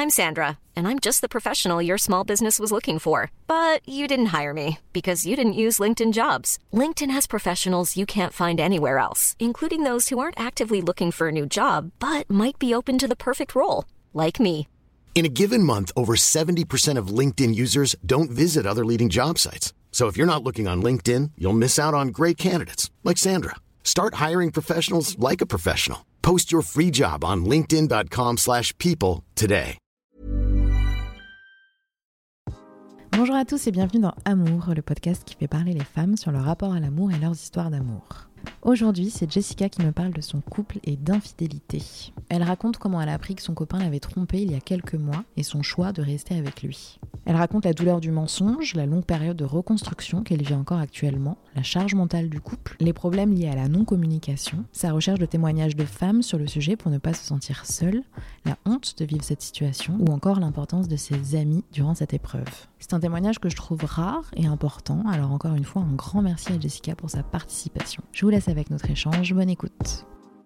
I'm Sandra, and I'm just the professional your small business was looking for. But you didn't hire me because you didn't use LinkedIn Jobs. LinkedIn has professionals you can't find anywhere else, including those who aren't actively looking for a new job, but might be open to the perfect role, like me. In a given month, over 70% of LinkedIn users don't visit other leading job sites. So if you're not looking on LinkedIn, you'll miss out on great candidates like Sandra. Start hiring professionals like a professional. Post your free job on linkedin.com/people today. Bonjour à tous et bienvenue dans Amour, le podcast qui fait parler les femmes sur leur rapport à l'amour et leurs histoires d'amour. Aujourd'hui, c'est Jessica qui me parle de son couple et d'infidélité. Elle raconte comment elle a appris que son copain l'avait trompée il y a quelques mois et son choix de rester avec lui. Elle raconte la douleur du mensonge, la longue période de reconstruction qu'elle vit encore actuellement, la charge mentale du couple, les problèmes liés à la non-communication, sa recherche de témoignages de femmes sur le sujet pour ne pas se sentir seule, la honte de vivre cette situation ou encore l'importance de ses amis durant cette épreuve. C'est un témoignage que je trouve rare et important, alors encore une fois un grand merci à Jessica pour sa participation. Je vous laisse avec notre échange, bonne écoute.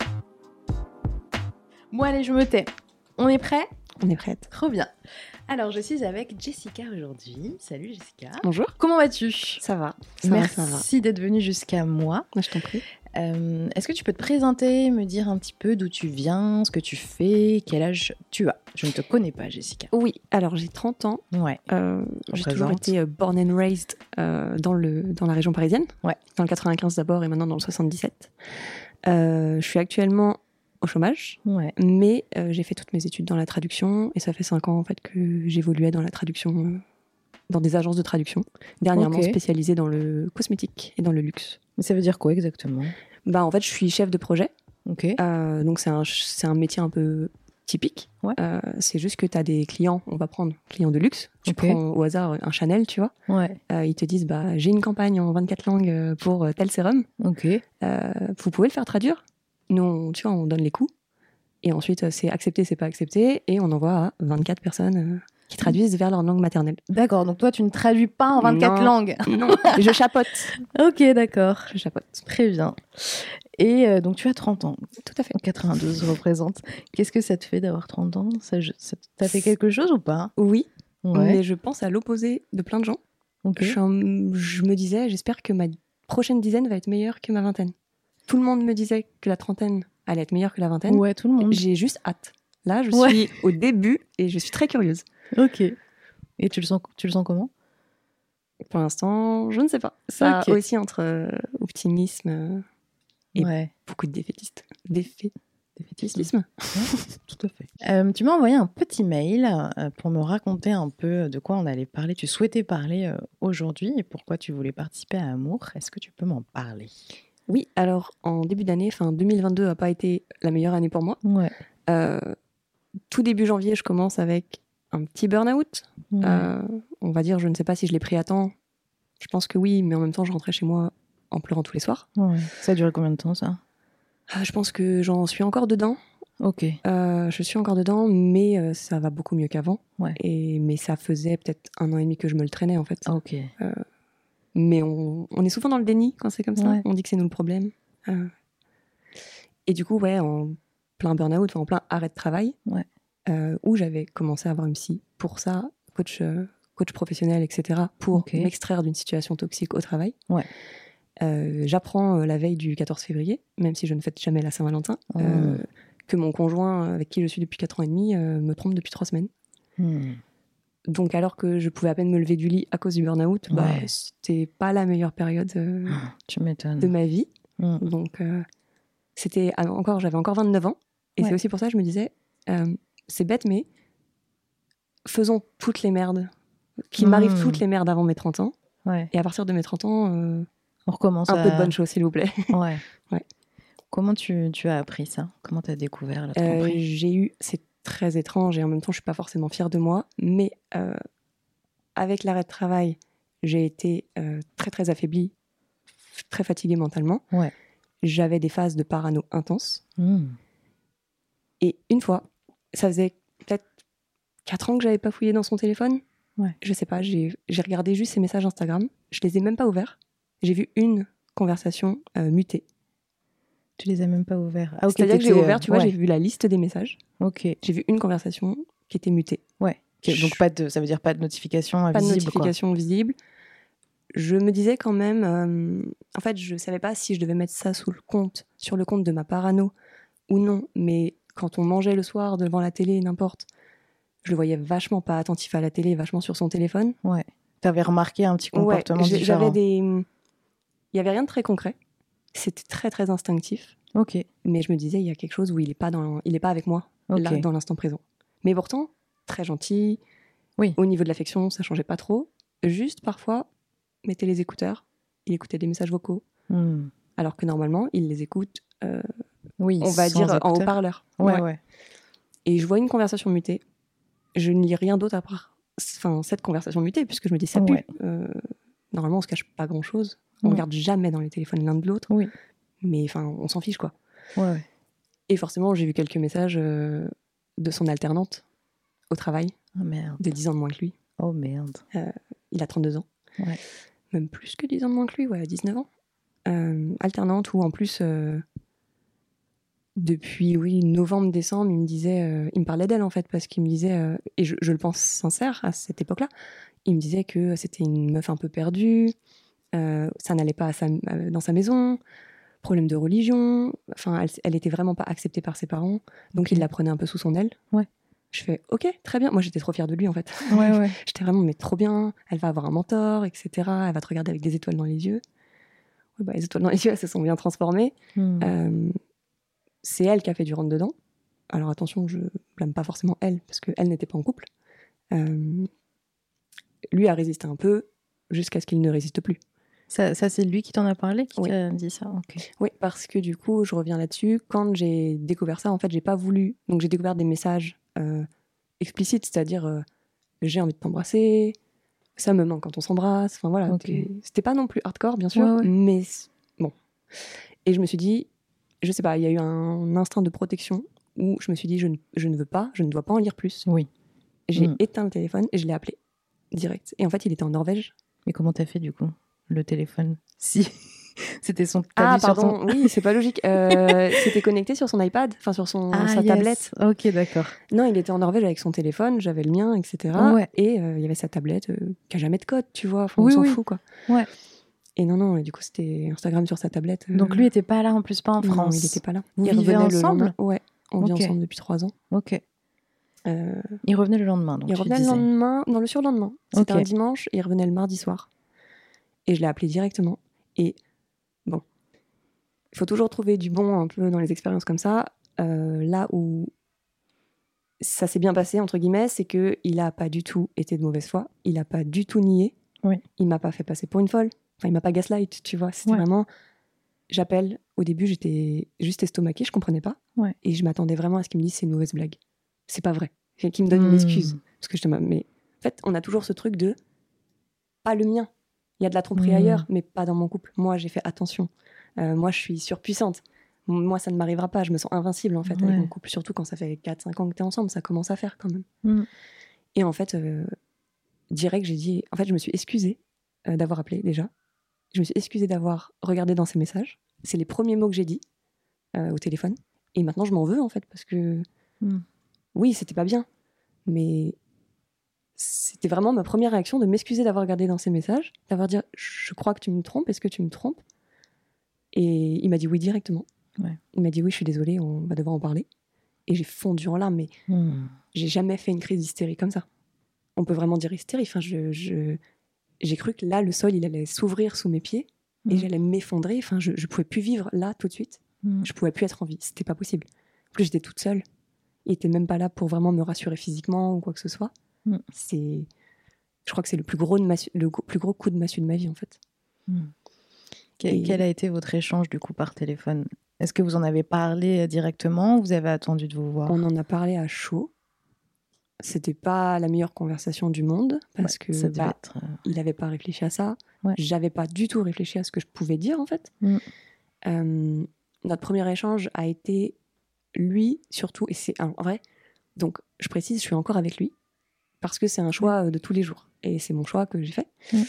Bon allez, je me tais. On est prêt ? On est prête. Trop bien. Alors, je suis avec Jessica aujourd'hui. Salut Jessica. Bonjour. Comment vas-tu ? Ça va. Merci d'être venue jusqu'à moi. Moi, je t'en prie. Est-ce que tu peux te présenter, me dire un petit peu d'où tu viens, ce que tu fais, quel âge tu as ? Je ne te connais pas, Jessica. Oui, alors j'ai 30 ans. Ouais. J'ai toujours été born and raised dans la région parisienne. Ouais. Dans le 95 d'abord et maintenant dans le 77. Je suis actuellement au chômage, ouais. Mais j'ai fait toutes mes études dans la traduction et ça fait 5 ans en fait que j'évoluais dans la traduction, dans des agences de traduction, dernièrement spécialisées dans le cosmétique et dans le luxe. Mais ça veut dire quoi exactement ? En fait, je suis chef de projet. Ok. Donc c'est un métier un peu typique. Ouais. C'est juste que tu as des clients, on va prendre clients de luxe. Tu prends au hasard un Chanel, tu vois. Ouais. Ils te disent j'ai une campagne en 24 langues pour tel sérum. Ok. Vous pouvez le faire traduire. Nous, on donne les coûts. Et ensuite, c'est accepté, c'est pas accepté. Et on envoie à 24 personnes qui traduisent vers leur langue maternelle. D'accord, donc toi, tu ne traduis pas en 24 langues. Non, je chapote. Ok, d'accord. Je chapote. Très bien. Et donc, tu as 30 ans. Tout à fait. 92 représente. Qu'est-ce que ça te fait d'avoir 30 ans ? Ça t'a fait quelque chose ou pas ? Oui, ouais. Mais je pense à l'opposé de plein de gens. Okay. Je me disais, j'espère que ma prochaine dizaine va être meilleure que ma vingtaine. Tout le monde me disait que la trentaine allait être meilleure que la vingtaine. Ouais, tout le monde. J'ai juste hâte. Là, je suis au début et je suis très curieuse. Ok. Et tu le sens comment ? Pour l'instant, je ne sais pas. Ça aussi entre optimisme et beaucoup de défaitisme. Défaitisme. Tout à fait. Tu m'as envoyé un petit mail pour me raconter un peu de quoi on allait parler. Tu souhaitais parler aujourd'hui et pourquoi tu voulais participer à Amour. Est-ce que tu peux m'en parler ? Oui, alors en début d'année, 2022 n'a pas été la meilleure année pour moi. Ouais. Tout début janvier, je commence avec un petit burn-out. Ouais. On va dire, je ne sais pas si je l'ai pris à temps. Je pense que oui, mais en même temps, je rentrais chez moi en pleurant tous les soirs. Ouais. Ça a duré combien de temps, ça ? Je pense que j'en suis encore dedans. Ok. Je suis encore dedans, mais ça va beaucoup mieux qu'avant. Ouais. Mais ça faisait peut-être 1 an et demi que je me le traînais, en fait. Ok. Mais on est souvent dans le déni quand c'est comme ça. Ouais. On dit que c'est nous le problème. Et du coup, en plein burn-out, en plein arrêt de travail, où j'avais commencé à avoir une psy pour ça, coach professionnel, etc., pour m'extraire d'une situation toxique au travail. Ouais. J'apprends la veille du 14 février, même si je ne fête jamais la Saint-Valentin, que mon conjoint, avec qui je suis depuis 4 ans et demi, me trompe depuis 3 semaines. Donc, alors que je pouvais à peine me lever du lit à cause du burn-out, c'était pas la meilleure période tu m'étonnes. de ma vie. Donc, j'avais encore 29 ans. Et c'est aussi pour ça que je me disais, c'est bête, mais faisons toutes les merdes, qu'il m'arrive toutes les merdes avant mes 30 ans. Ouais. Et à partir de mes 30 ans, on recommence un peu de bonnes choses, s'il vous plaît. Ouais. Comment tu as appris ça ? Comment tu as découvert la tromperie ? C'est très étrange et en même temps, je ne suis pas forcément fière de moi. Mais avec l'arrêt de travail, j'ai été très, très affaiblie, très fatiguée mentalement. Ouais. J'avais des phases de parano intenses. Et une fois, ça faisait peut-être 4 ans que je n'avais pas fouillé dans son téléphone. Ouais. Je ne sais pas, j'ai regardé juste ses messages Instagram. Je ne les ai même pas ouverts. J'ai vu une conversation mutée. Tu les as même pas ouverts. C'est-à-dire que j'ai ouvert, tu vois, j'ai vu la liste des messages. Ok. J'ai vu une conversation qui était muté. Ouais. Donc ça veut dire pas de notification visible. Pas de notification visible. Je me disais quand même, en fait, je savais pas si je devais mettre ça sur le compte de ma parano ou non, mais quand on mangeait le soir devant la télé, n'importe, je le voyais vachement pas attentif à la télé, vachement sur son téléphone. Ouais. T'avais remarqué un petit comportement différent. Il y avait rien de très concret. C'était très très instinctif. Ok. Mais je me disais, il y a quelque chose où il est pas avec moi là dans l'instant présent. Mais pourtant, très gentil. Oui. Au niveau de l'affection, ça changeait pas trop. Juste parfois, mettait les écouteurs, il écoutait des messages vocaux, alors que normalement, il les écoute, on va dire, en haut-parleur. Ouais. Et je vois une conversation mutée. Je ne lis rien d'autre après cette conversation mutée, puisque je me dis, ça pue. Normalement, on se cache pas grand-chose. On regarde jamais dans les téléphones l'un de l'autre. Oui. Mais on s'en fiche, quoi. Ouais. Et forcément, j'ai vu quelques messages de son alternante au travail, de 10 ans de moins que lui. Oh merde. Il a 32 ans. Ouais. Même plus que 10 ans de moins que lui, 19 ans. Alternante où en plus, depuis novembre-décembre, il me parlait d'elle en fait, parce qu'il me disait, et je le pense sincère à cette époque-là, il me disait que c'était une meuf un peu perdue, ça n'allait pas dans sa maison, problème de religion, elle était vraiment pas acceptée par ses parents, donc il la prenait un peu sous son aile. Ouais. Je fais ok, très bien. Moi, j'étais trop fière de lui en fait. Ouais. J'étais vraiment, mais trop bien. Elle va avoir un mentor, etc. Elle va te regarder avec des étoiles dans les yeux. Ouais, les étoiles dans les yeux, elles se sont bien transformées. C'est elle qui a fait du rentre-dedans. Alors attention, je blâme pas forcément elle, parce qu'elle n'était pas en couple. Lui a résisté un peu, jusqu'à ce qu'il ne résiste plus. Ça c'est lui qui t'en a parlé, qui t'a dit ça? Okay. Oui, parce que du coup, je reviens là-dessus. Quand j'ai découvert ça, en fait, j'ai pas voulu. Donc j'ai découvert des messages explicites, c'est-à-dire j'ai envie de t'embrasser, ça me manque quand on s'embrasse. Enfin voilà, c'était pas non plus hardcore, bien sûr, mais bon. Et je me suis dit, je sais pas, il y a eu un instinct de protection où je me suis dit, je ne veux pas, je ne dois pas en lire plus. Oui. J'ai éteint le téléphone et je l'ai appelé direct. Et en fait, il était en Norvège. Mais comment t'as fait du coup, le téléphone? Si c'était son... pardon, oui, c'est pas logique. C'était connecté sur son iPad, enfin sur sa tablette. Ok, d'accord. Non, il était en Norvège avec son téléphone, j'avais le mien, etc. Et il y avait sa tablette qui a jamais de code, tu vois. On s'en fout, quoi. Ouais. Et non, et du coup, c'était Instagram sur sa tablette. Donc lui était pas là en plus, pas en France. Non, il était pas là. Vous vivez ensemble? Ouais, on vit ensemble depuis 3 ans. Ok. Il revenait le lendemain, donc il revenait le lendemain, non, le surlendemain. C'était un dimanche et il revenait le mardi soir. Et je l'ai appelé directement. Et bon, il faut toujours trouver du bon un peu dans les expériences comme ça. Là où ça s'est bien passé, entre guillemets, c'est qu'il n'a pas du tout été de mauvaise foi. Il n'a pas du tout nié. Oui. Il ne m'a pas fait passer pour une folle. Enfin, il ne m'a pas gaslight, tu vois. C'était vraiment... J'appelle. Au début, j'étais juste estomaquée, je ne comprenais pas. Ouais. Et je m'attendais vraiment à ce qu'il me dise c'est une mauvaise blague. C'est pas vrai. Qu'il me donne une excuse. Parce que mais en fait, on a toujours ce truc de pas le mien. Il y a de la tromperie ailleurs, mais pas dans mon couple. Moi, j'ai fait attention. Moi, je suis surpuissante. Moi, ça ne m'arrivera pas. Je me sens invincible, en fait, avec mon couple. Surtout quand ça fait 4-5 ans que t'es ensemble, ça commence à faire quand même. Et en fait, direct, j'ai dit... En fait, je me suis excusée d'avoir appelé, déjà. Je me suis excusée d'avoir regardé dans ses messages. C'est les premiers mots que j'ai dit au téléphone. Et maintenant, je m'en veux, en fait, parce que... Oui, c'était pas bien. Mais... C'était vraiment ma première réaction de m'excuser d'avoir regardé dans ses messages, d'avoir dit « Je crois que tu me trompes, est-ce que tu me trompes ?» Et il m'a dit oui directement. Ouais. Il m'a dit oui, je suis désolée, on va devoir en parler. Et j'ai fondu en larmes, mais j'ai jamais fait une crise d'hystérie comme ça. On peut vraiment dire hystérie. Enfin, j'ai cru que là, le sol, il allait s'ouvrir sous mes pieds et j'allais m'effondrer. Enfin, je pouvais plus vivre là tout de suite. Je pouvais plus être en vie. C'était pas possible. En plus, j'étais toute seule. Il était même pas là pour vraiment me rassurer physiquement ou quoi que ce soit. Je crois que c'est le plus gros coup de massue de ma vie, en fait. Quel a été votre échange, du coup, par téléphone? Est-ce que vous en avez parlé directement ou vous avez attendu de vous voir? On en a parlé à chaud. C'était pas la meilleure conversation du monde, parce que il n'avait pas réfléchi à ça. Ouais. J'avais pas du tout réfléchi à ce que je pouvais dire, en fait. Notre premier échange a été lui, surtout, et c'est en vrai, donc je précise, je suis encore avec lui, parce que c'est un choix de tous les jours. Et c'est mon choix que j'ai fait.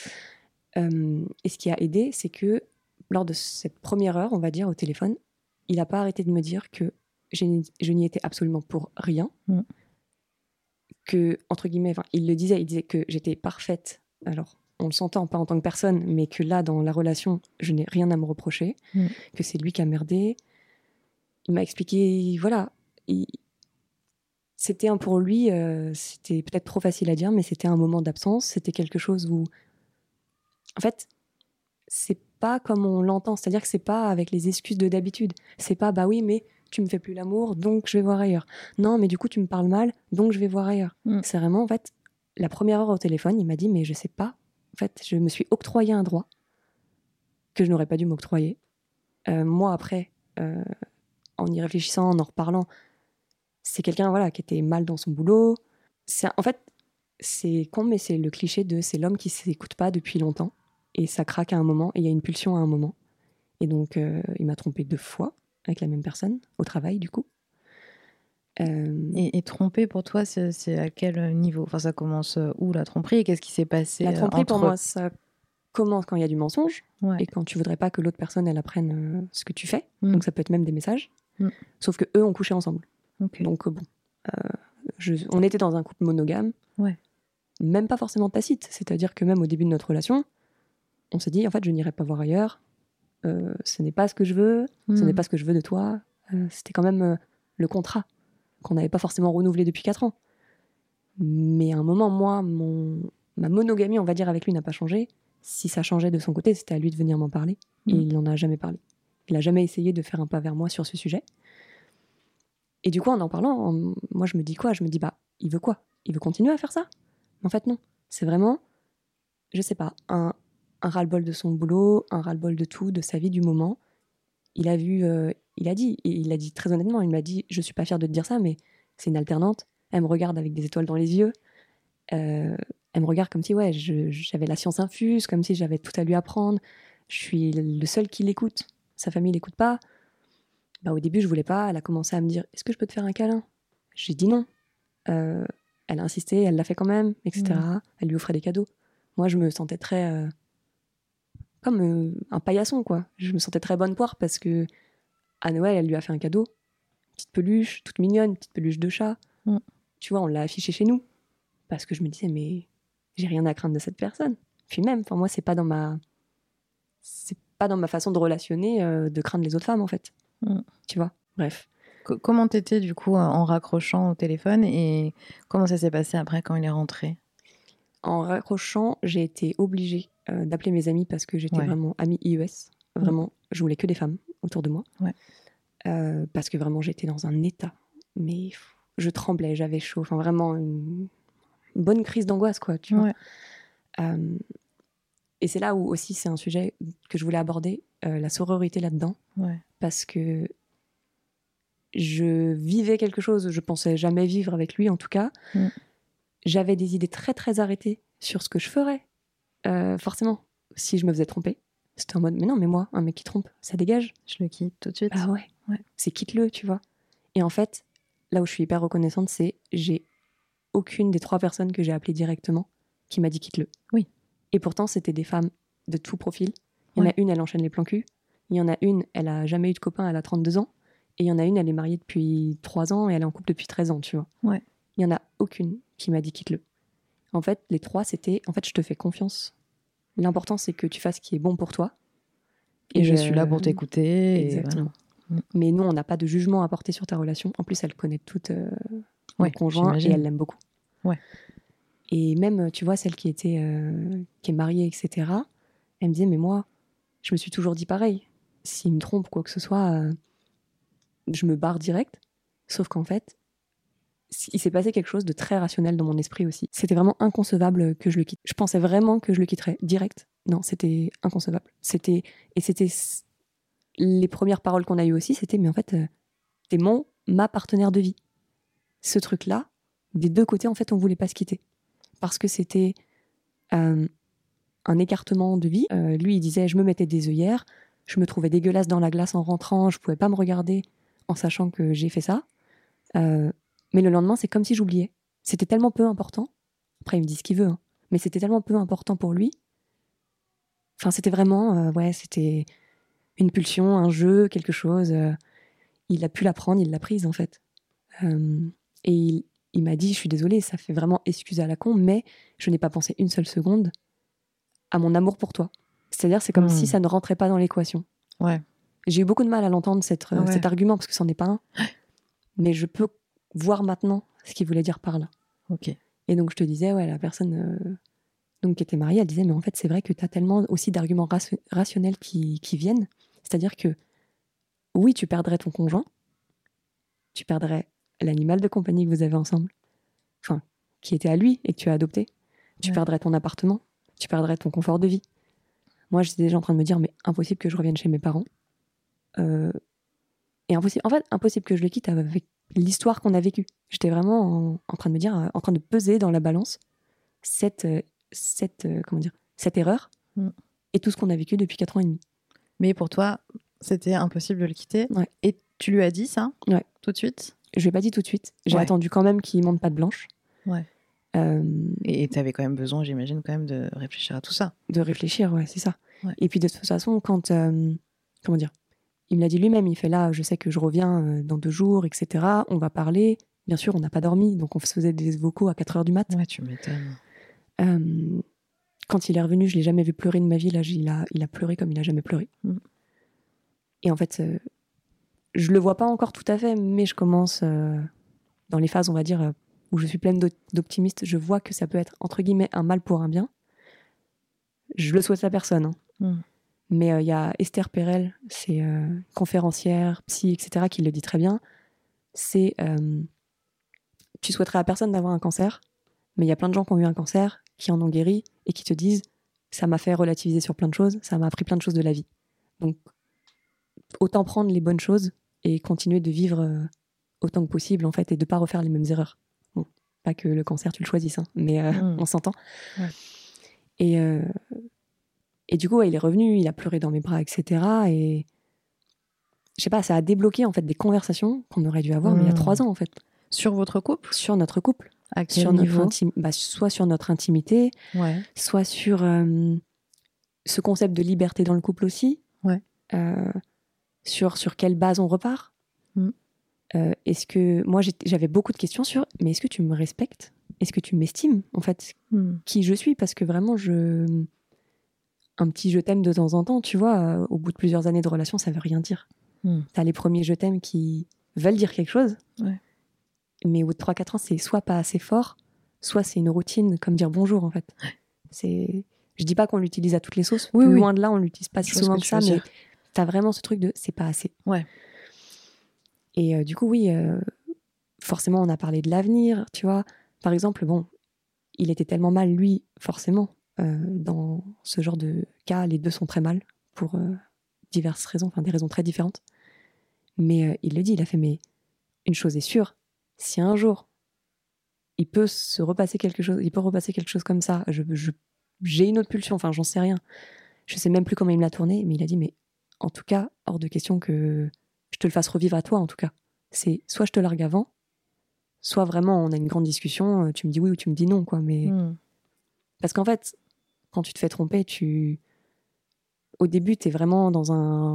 Et ce qui a aidé, c'est que lors de cette première heure, on va dire, au téléphone, il n'a pas arrêté de me dire que je n'y étais absolument pour rien, que, entre guillemets, il disait que j'étais parfaite. Alors, on le s'entend pas en tant que personne, mais que là, dans la relation, je n'ai rien à me reprocher, que c'est lui qui a merdé. Il m'a expliqué, voilà, c'était pour lui, c'était peut-être trop facile à dire, mais c'était un moment d'absence, c'était quelque chose où, en fait, c'est pas comme on l'entend, c'est-à-dire que c'est pas avec les excuses de d'habitude. C'est pas, bah oui, mais tu me fais plus l'amour, donc je vais voir ailleurs. Non, mais du coup, tu me parles mal, donc je vais voir ailleurs. C'est vraiment, en fait, la première heure au téléphone, il m'a dit, mais je sais pas, en fait, je me suis octroyé un droit que je n'aurais pas dû m'octroyer. Moi, après, en y réfléchissant, en reparlant, c'est quelqu'un, voilà, qui était mal dans son boulot. En fait, c'est con, mais c'est le cliché de c'est l'homme qui s'écoute pas depuis longtemps. Et ça craque à un moment, et il y a une pulsion à un moment. Et donc, il m'a trompée 2 fois avec la même personne, au travail, du coup. Et tromper, pour toi, c'est à quel niveau? Enfin, ça commence où, la tromperie? Et qu'est-ce qui s'est passé La tromperie, pour moi, ça commence quand il y a du mensonge, et quand tu voudrais pas que l'autre personne, elle apprenne ce que tu fais. Donc, ça peut être même des messages. Sauf que eux ont couché ensemble. Okay. Donc, bon, on était dans un couple monogame, même pas forcément tacite. C'est-à-dire que même au début de notre relation, on s'est dit, en fait, je n'irai pas voir ailleurs. Ce n'est pas ce que je veux. Ce n'est pas ce que je veux de toi. C'était quand même le contrat qu'on n'avait pas forcément renouvelé depuis 4 ans. Mais à un moment, moi, ma monogamie, on va dire, avec lui n'a pas changé. Si ça changeait de son côté, c'était à lui de venir m'en parler. Et il n'en a jamais parlé. Il n'a jamais essayé de faire un pas vers moi sur ce sujet. Et du coup, en parlant, moi, je me dis quoi? Je me dis, bah, il veut quoi? Il veut continuer à faire ça? Mais en fait, non. C'est vraiment, je sais pas, un ras-le-bol de son boulot, un ras-le-bol de tout, de sa vie, du moment. Il a dit très honnêtement, il m'a dit, je suis pas fière de te dire ça, mais c'est une alternante. Elle me regarde avec des étoiles dans les yeux. Elle me regarde comme si, j'avais la science infuse, comme si j'avais tout à lui apprendre. Je suis le seul qui l'écoute. Sa famille l'écoute pas. Bah, au début, je voulais pas. Elle a commencé à me dire, est-ce que je peux te faire un câlin? J'ai dit non. Elle a insisté, elle l'a fait quand même, etc. Elle lui offrait des cadeaux. Moi, je me sentais très comme un paillasson, quoi. Je me sentais très bonne poire parce que à Noël, elle lui a fait un cadeau. Une petite peluche, toute mignonne, une petite peluche de chat. Tu vois, on l'a affiché chez nous. Parce que je me disais, mais j'ai rien à craindre de cette personne. Puis même, moi, c'est pas dans ma façon de relationner, de craindre les autres femmes, en fait. Tu vois, bref. Comment t'étais, du coup, en raccrochant au téléphone, et comment ça s'est passé après quand il est rentré? En raccrochant, j'ai été obligée d'appeler mes amis parce que j'étais vraiment amie IES. Vraiment, je voulais que des femmes autour de moi. Parce que vraiment, j'étais dans un état. Mais je tremblais, j'avais chaud. Enfin, vraiment, une bonne crise d'angoisse, quoi, tu vois. Et c'est là où aussi, c'est un sujet que je voulais aborder, la sororité là-dedans. Parce que je vivais quelque chose, je pensais jamais vivre avec lui, en tout cas. J'avais des idées très, très arrêtées sur ce que je ferais. Forcément, si je me faisais tromper, c'était en mode, mais non, mais moi, un mec qui trompe, ça dégage. Je le quitte tout de suite. Ah ouais. C'est quitte-le, tu vois. Et en fait, là où je suis hyper reconnaissante, c'est j'ai aucune des 3 personnes que j'ai appelées directement qui m'a dit quitte-le. Oui. Et pourtant, c'était des femmes de tout profil. Il y en a une, elle enchaîne les plans cul. Il y en a une, elle a jamais eu de copain, elle a 32 ans. Et il y en a une, elle est mariée depuis 3 ans et elle est en couple depuis 13 ans, tu vois. Il y en a aucune qui m'a dit quitte-le. En fait, les 3, c'était, en fait, je te fais confiance. L'important, c'est que tu fasses ce qui est bon pour toi. Et je suis là pour t'écouter. Exactement. Mais nous, on n'a pas de jugement à porter sur ta relation. En plus, elle connaît toute mon conjoint et elle l'aime beaucoup. Et même, tu vois, celle qui est mariée, etc., elle me disait, mais moi, je me suis toujours dit pareil. S'il me trompe, quoi que ce soit, je me barre direct. Sauf qu'en fait, il s'est passé quelque chose de très rationnel dans mon esprit aussi. C'était vraiment inconcevable que je le quitte. Je pensais vraiment que je le quitterais direct. Non, c'était inconcevable. C'était les premières paroles qu'on a eues aussi, c'était, mais en fait, t'es ma partenaire de vie. Ce truc-là, des 2 côtés, en fait, on voulait pas se quitter. Parce que c'était un écartement de vie. Lui, il disait, je me mettais des œillères, je me trouvais dégueulasse dans la glace en rentrant, je pouvais pas me regarder en sachant que j'ai fait ça. Mais le lendemain, c'est comme si j'oubliais. C'était tellement peu important. Après, il me dit ce qu'il veut, hein. Mais c'était tellement peu important pour lui. Enfin, c'était vraiment, c'était une pulsion, un jeu, quelque chose. Il a pu la prendre, il l'a prise, en fait. Et il m'a dit, je suis désolée, ça fait vraiment excuse à la con, mais je n'ai pas pensé une seule seconde à mon amour pour toi. C'est-à-dire, c'est comme si ça ne rentrait pas dans l'équation. Ouais. J'ai eu beaucoup de mal à l'entendre, cet argument, parce que c'en est pas un. Mais je peux voir maintenant ce qu'il voulait dire par là. Ok. Et donc, je te disais, la personne donc, qui était mariée, elle disait, mais en fait, c'est vrai que tu as tellement aussi d'arguments rationnels qui viennent. C'est-à-dire que, oui, tu perdrais ton conjoint, tu perdrais l'animal de compagnie que vous avez ensemble, enfin, qui était à lui et que tu as adopté. Tu perdrais ton appartement, tu perdrais ton confort de vie. Moi, j'étais déjà en train de me dire, mais impossible que je revienne chez mes parents. Et impossible que je les quitte avec l'histoire qu'on a vécue. J'étais vraiment en train de me dire, en train de peser dans la balance cette erreur et tout ce qu'on a vécu depuis 4 ans et demi. Mais pour toi, c'était impossible de le quitter. Ouais. Et tu lui as dit ça tout de suite? Je lui ai pas dit tout de suite. J'ai attendu quand même qu'il monte pas de blanche. Ouais. Et tu avais quand même besoin, j'imagine, quand même de réfléchir à tout ça. De réfléchir, c'est ça. Ouais. Et puis de toute façon, quand... il me l'a dit lui-même, il fait là, je sais que je reviens dans 2 jours, etc. On va parler. Bien sûr, on n'a pas dormi, donc on se faisait des vocaux à 4h du mat'. Ouais, tu m'étonnes. Quand il est revenu, je l'ai jamais vu pleurer de ma vie. Là, il a pleuré comme il a jamais pleuré. Et en fait, je le vois pas encore tout à fait, mais je commence dans les phases, on va dire, où je suis pleine d'optimisme. Je vois que ça peut être, entre guillemets, un mal pour un bien. Je le souhaite à personne. Mais il y a Esther Perel, c'est conférencière, psy, etc., qui le dit très bien. C'est tu souhaiterais à personne d'avoir un cancer, mais il y a plein de gens qui ont eu un cancer, qui en ont guéri et qui te disent ça m'a fait relativiser sur plein de choses, ça m'a appris plein de choses de la vie. Donc autant prendre les bonnes choses et continuer de vivre autant que possible en fait et de pas refaire les mêmes erreurs. Bon, pas que le cancer tu le choisisses, mais on s'entend. Ouais. Et du coup, il est revenu, il a pleuré dans mes bras, etc. Et je sais pas, ça a débloqué en fait des conversations qu'on aurait dû avoir mais il y a 3 ans en fait. Sur votre couple? Sur notre couple. À quel sur niveau? Soit sur notre intimité, soit sur ce concept de liberté dans le couple aussi. Sur quelle base on repart. Est-ce que moi j'avais beaucoup de questions sur mais est-ce que tu me respectes, est-ce que tu m'estimes en fait qui je suis, parce que vraiment un petit je t'aime de temps en temps, tu vois, au bout de plusieurs années de relation, ça veut rien dire. T'as les premiers je t'aime qui veulent dire quelque chose, mais au bout de 3-4 ans, c'est soit pas assez fort, soit c'est une routine, comme dire bonjour en fait. Je dis pas qu'on l'utilise à toutes les sauces, loin de là, on l'utilise pas si souvent que ça, mais t'as vraiment ce truc de c'est pas assez. Et du coup, forcément, on a parlé de l'avenir, tu vois. Par exemple, il était tellement mal, lui, forcément. Dans ce genre de cas, les deux sont très mal pour diverses raisons, enfin des raisons très différentes. Mais il le dit, il a fait, mais une chose est sûre, si un jour il peut repasser quelque chose comme ça, j'ai une autre pulsion, enfin j'en sais rien. Je sais même plus comment il me l'a tourné, mais il a dit, mais en tout cas, hors de question que je te le fasse revivre à toi, en tout cas. C'est soit je te largue avant, soit vraiment on a une grande discussion, tu me dis oui ou tu me dis non, quoi. Mais parce qu'en fait, quand tu te fais tromper, au début, t'es vraiment dans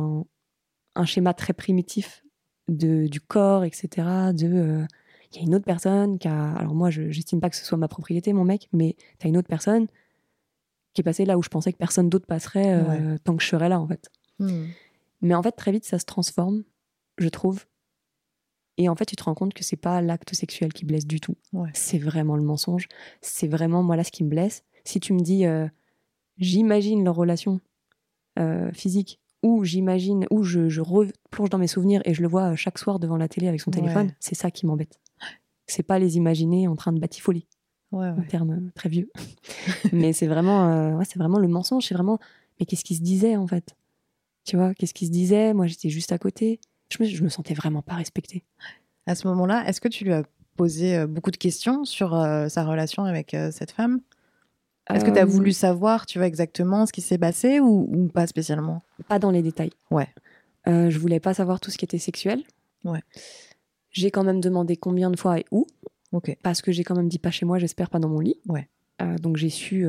un schéma très primitif du corps, etc. Il y a une autre personne qui a... Alors moi, j'estime pas que ce soit ma propriété, mon mec, mais t'as une autre personne qui est passée là où je pensais que personne d'autre passerait tant que je serais là, en fait. Mais en fait, très vite, ça se transforme, je trouve. Et en fait, tu te rends compte que c'est pas l'acte sexuel qui blesse du tout. C'est vraiment le mensonge. C'est vraiment, moi, là, ce qui me blesse. Si tu me dis... j'imagine leur relation physique, ou je replonge dans mes souvenirs et je le vois chaque soir devant la télé avec son téléphone, c'est ça qui m'embête. C'est pas les imaginer en train de batifoler, un terme très vieux. Mais c'est vraiment le mensonge, c'est vraiment, mais qu'est-ce qui se disait en fait, tu vois, qu'est-ce qui se disait, moi j'étais juste à côté, je me sentais vraiment pas respectée. À ce moment-là, est-ce que tu lui as posé beaucoup de questions sur sa relation avec cette femme ? Est-ce que tu as voulu savoir, tu vois, exactement ce qui s'est passé ou pas spécialement ? Pas dans les détails. Je voulais pas savoir tout ce qui était sexuel. J'ai quand même demandé combien de fois et où. Parce que j'ai quand même dit pas chez moi, j'espère pas dans mon lit. Donc j'ai su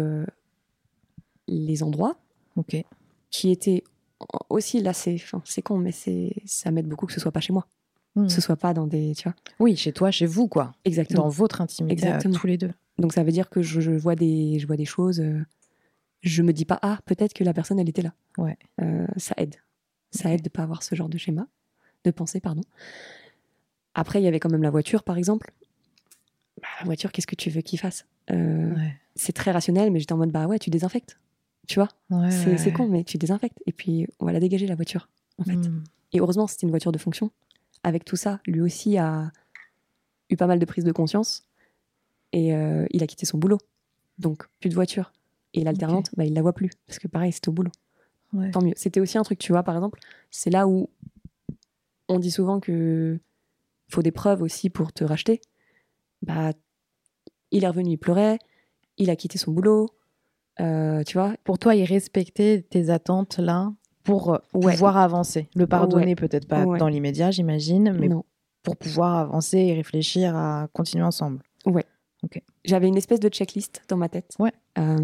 les endroits qui étaient aussi là, c'est con, mais ça m'aide beaucoup que ce soit pas chez moi. Ce soit pas dans des... Tu vois. Oui, chez toi, chez vous, quoi. Exactement. Dans votre intimité, tous les deux. Donc ça veut dire que je vois des choses... je me dis pas, peut-être que la personne, elle était là. Ouais. Ça aide. Ça aide de pas avoir ce genre de schéma, de pensée, pardon. Après, il y avait quand même la voiture, par exemple. La voiture, qu'est-ce que tu veux qu'il fasse C'est très rationnel, mais j'étais en mode, tu désinfectes. Tu vois, c'est con, mais tu désinfectes. Et puis, on va la dégager, la voiture, en fait. Et heureusement, c'était une voiture de fonction. Avec tout ça, lui aussi a eu pas mal de prises de conscience. Et il a quitté son boulot. Donc, plus de voiture. Et l'alternante, il la voit plus. Parce que pareil, c'était au boulot. Ouais. Tant mieux. C'était aussi un truc, tu vois, par exemple, c'est là où on dit souvent que faut des preuves aussi pour te racheter. Il est revenu, il pleurait, il a quitté son boulot, tu vois. Pour toi, il respectait tes attentes là pour pouvoir avancer. Le pardonner peut-être pas dans l'immédiat, j'imagine, mais pour pouvoir avancer et réfléchir à continuer ensemble. Ouais. Okay. J'avais une espèce de checklist dans ma tête. Ouais.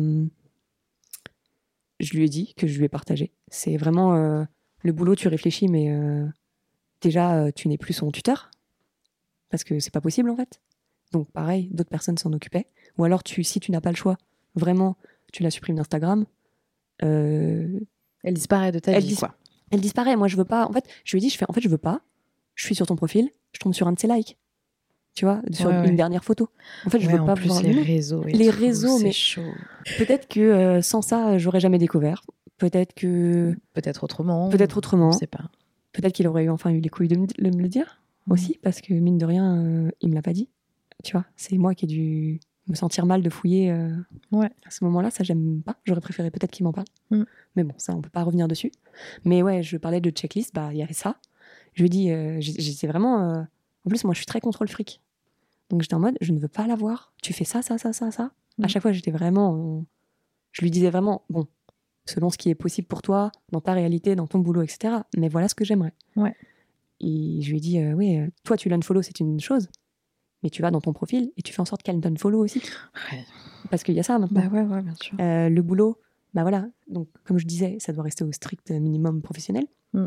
Je lui ai dit que je lui ai partagé. C'est vraiment le boulot, tu réfléchis, mais déjà, tu n'es plus son tuteur. Parce que c'est pas possible, en fait. Donc, pareil, d'autres personnes s'en occupaient. Ou alors, si tu n'as pas le choix, vraiment, tu la supprimes d'Instagram. Elle disparaît de ta vie, quoi. Elle disparaît. Moi, je veux pas. En fait, je lui ai dit, je veux pas. Je suis sur ton profil, je tombe sur un de ses likes. Tu vois, sur une dernière photo. En fait, je veux pas voir les réseaux. Les réseaux, mais chaud. Peut-être que sans ça, j'aurais jamais découvert. Peut-être autrement. Je sais pas. Peut-être qu'il aurait enfin eu les couilles de me le dire aussi, parce que mine de rien, il me l'a pas dit. Tu vois, c'est moi qui ai dû me sentir mal de fouiller à ce moment-là. Ça, j'aime pas. J'aurais préféré peut-être qu'il m'en parle. Mais bon, ça, on peut pas revenir dessus. Mais ouais, je parlais de checklist. Il y avait ça. Je lui ai dit, j'étais vraiment. En plus, moi, je suis très contrôle fric. Donc j'étais en mode, je ne veux pas la voir. Tu fais ça. À chaque fois, j'étais vraiment... Je lui disais vraiment, bon, selon ce qui est possible pour toi, dans ta réalité, dans ton boulot, etc. Mais voilà ce que j'aimerais. Ouais. Et je lui ai dit, toi, tu l'unfollow, c'est une chose. Mais tu vas dans ton profil et tu fais en sorte qu'elle t'unfollow aussi. Ouais. Parce qu'il y a ça maintenant. Ouais, bien sûr. Le boulot, voilà. Donc, comme je disais, ça doit rester au strict minimum professionnel.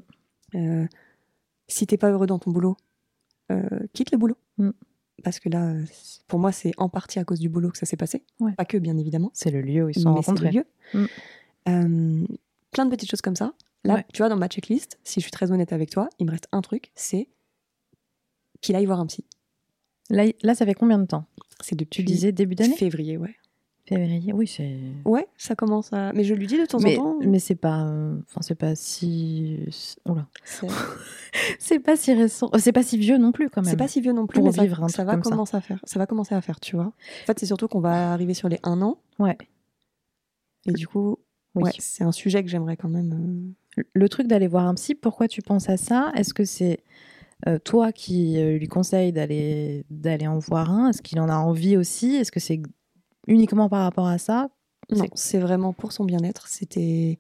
Si t'es pas heureux dans ton boulot, quitte le boulot. Parce que là, pour moi, c'est en partie à cause du boulot que ça s'est passé. Ouais. Pas que, bien évidemment. C'est le lieu où ils se sont rencontrés. C'est le lieu. Plein de petites choses comme ça. Là, tu vois, dans ma checklist, si je suis très honnête avec toi, il me reste un truc, c'est qu'il aille voir un psy. Là, ça fait combien de temps ? C'est depuis... Tu disais début d'année ? Février, ouais. Février, oui, c'est... Ouais, ça commence à... Mais je lui dis de temps en temps... Mais c'est pas... c'est pas si... Oula. C'est pas si récent. C'est pas si vieux non plus, quand même. C'est pas si vieux non plus, pour mais vivre ça va commencer à faire. Ça va commencer à faire, tu vois. En fait, c'est surtout qu'on va arriver sur les 1 an. Ouais. Et du coup, c'est un sujet que j'aimerais quand même... Le truc d'aller voir un psy, pourquoi tu penses à ça ? Est-ce que c'est toi qui lui conseilles d'aller en voir un ? Est-ce qu'il en a envie aussi ? Est-ce que c'est uniquement par rapport à ça ? Non, c'est vraiment pour son bien-être. C'était...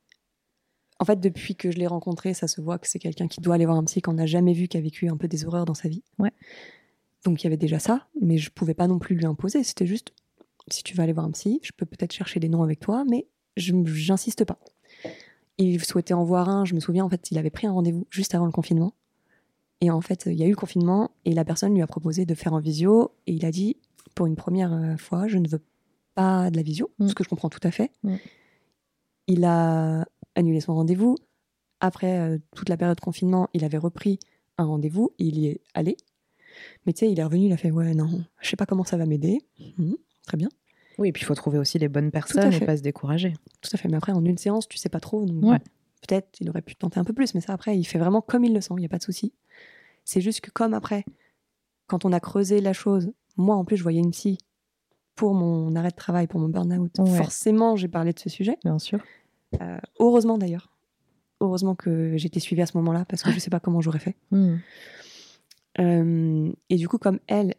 En fait, depuis que je l'ai rencontré, ça se voit que c'est quelqu'un qui doit aller voir un psy, qu'on n'a jamais vu, qui a vécu un peu des horreurs dans sa vie. Ouais. Donc, il y avait déjà ça, mais je pouvais pas non plus lui imposer. C'était juste, si tu vas aller voir un psy, je peux peut-être chercher des noms avec toi, mais j'insiste pas. Il souhaitait en voir un. Je me souviens, en fait, il avait pris un rendez-vous juste avant le confinement. Et en fait, il y a eu le confinement, et la personne lui a proposé de faire en visio, et il a dit, pour une première fois, je ne veux pas de la visio, ce que je comprends tout à fait. Il a annulé son rendez-vous. Après toute la période de confinement, il avait repris un rendez-vous, il y est allé. Mais tu sais, il est revenu, il a fait « Ouais, non, je sais pas comment ça va m'aider. » Très bien. Oui, et puis il faut trouver aussi les bonnes personnes et pas se décourager. Tout à fait, mais après, en une séance, tu sais pas trop. Donc, peut-être il aurait pu tenter un peu plus, mais ça, après, il fait vraiment comme il le sent, il n'y a pas de souci. C'est juste que comme après, quand on a creusé la chose, moi, en plus, je voyais une psy pour mon arrêt de travail, pour mon burn-out. Forcément, j'ai parlé de ce sujet. Bien sûr. Heureusement, d'ailleurs. Heureusement que j'étais suivie à ce moment-là, parce que je sais pas comment j'aurais fait. Et du coup, comme elle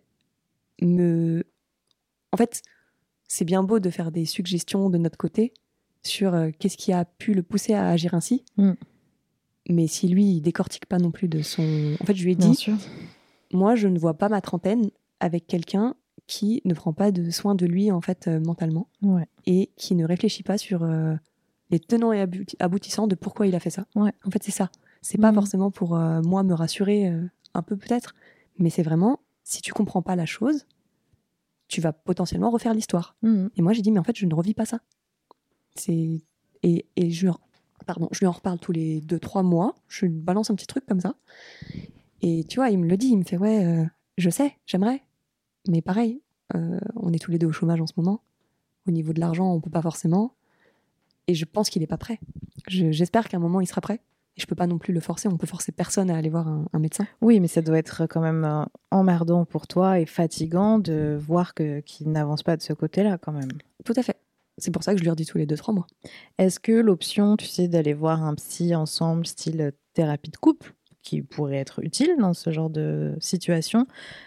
En fait, c'est bien beau de faire des suggestions de notre côté sur qu'est-ce qui a pu le pousser à agir ainsi. Mais si lui, il décortique pas non plus de son... En fait, je lui ai dit, moi, je ne vois pas ma trentaine avec quelqu'un qui ne prend pas de soin de lui, en fait, mentalement. Et qui ne réfléchit pas sur les tenants et aboutissants de pourquoi il a fait ça. En fait, c'est ça. C'est pas forcément pour moi me rassurer un peu peut-être, mais c'est vraiment, si tu comprends pas la chose, tu vas potentiellement refaire l'histoire. Et moi, j'ai dit, mais en fait, je ne revis pas ça. Et je lui en reparle tous les 2-3 mois, je lui balance un petit truc comme ça. Et tu vois, il me le dit, il me fait, ouais, je sais, j'aimerais. Mais pareil, on est tous les deux au chômage en ce moment. Au niveau de l'argent, on peut pas forcément. Et je pense qu'il est pas prêt. J'espère qu'à un moment, il sera prêt. Et je peux pas non plus le forcer. On peut forcer personne à aller voir un médecin. Oui, mais ça doit être quand même emmerdant pour toi et fatigant de voir qu'il n'avance pas de ce côté-là quand même. Tout à fait. C'est pour ça que je lui redis tous les 2-3 mois. Est-ce que l'option, tu sais, d'aller voir un psy ensemble, style thérapie de couple, qui pourrait être utile dans ce genre de situation,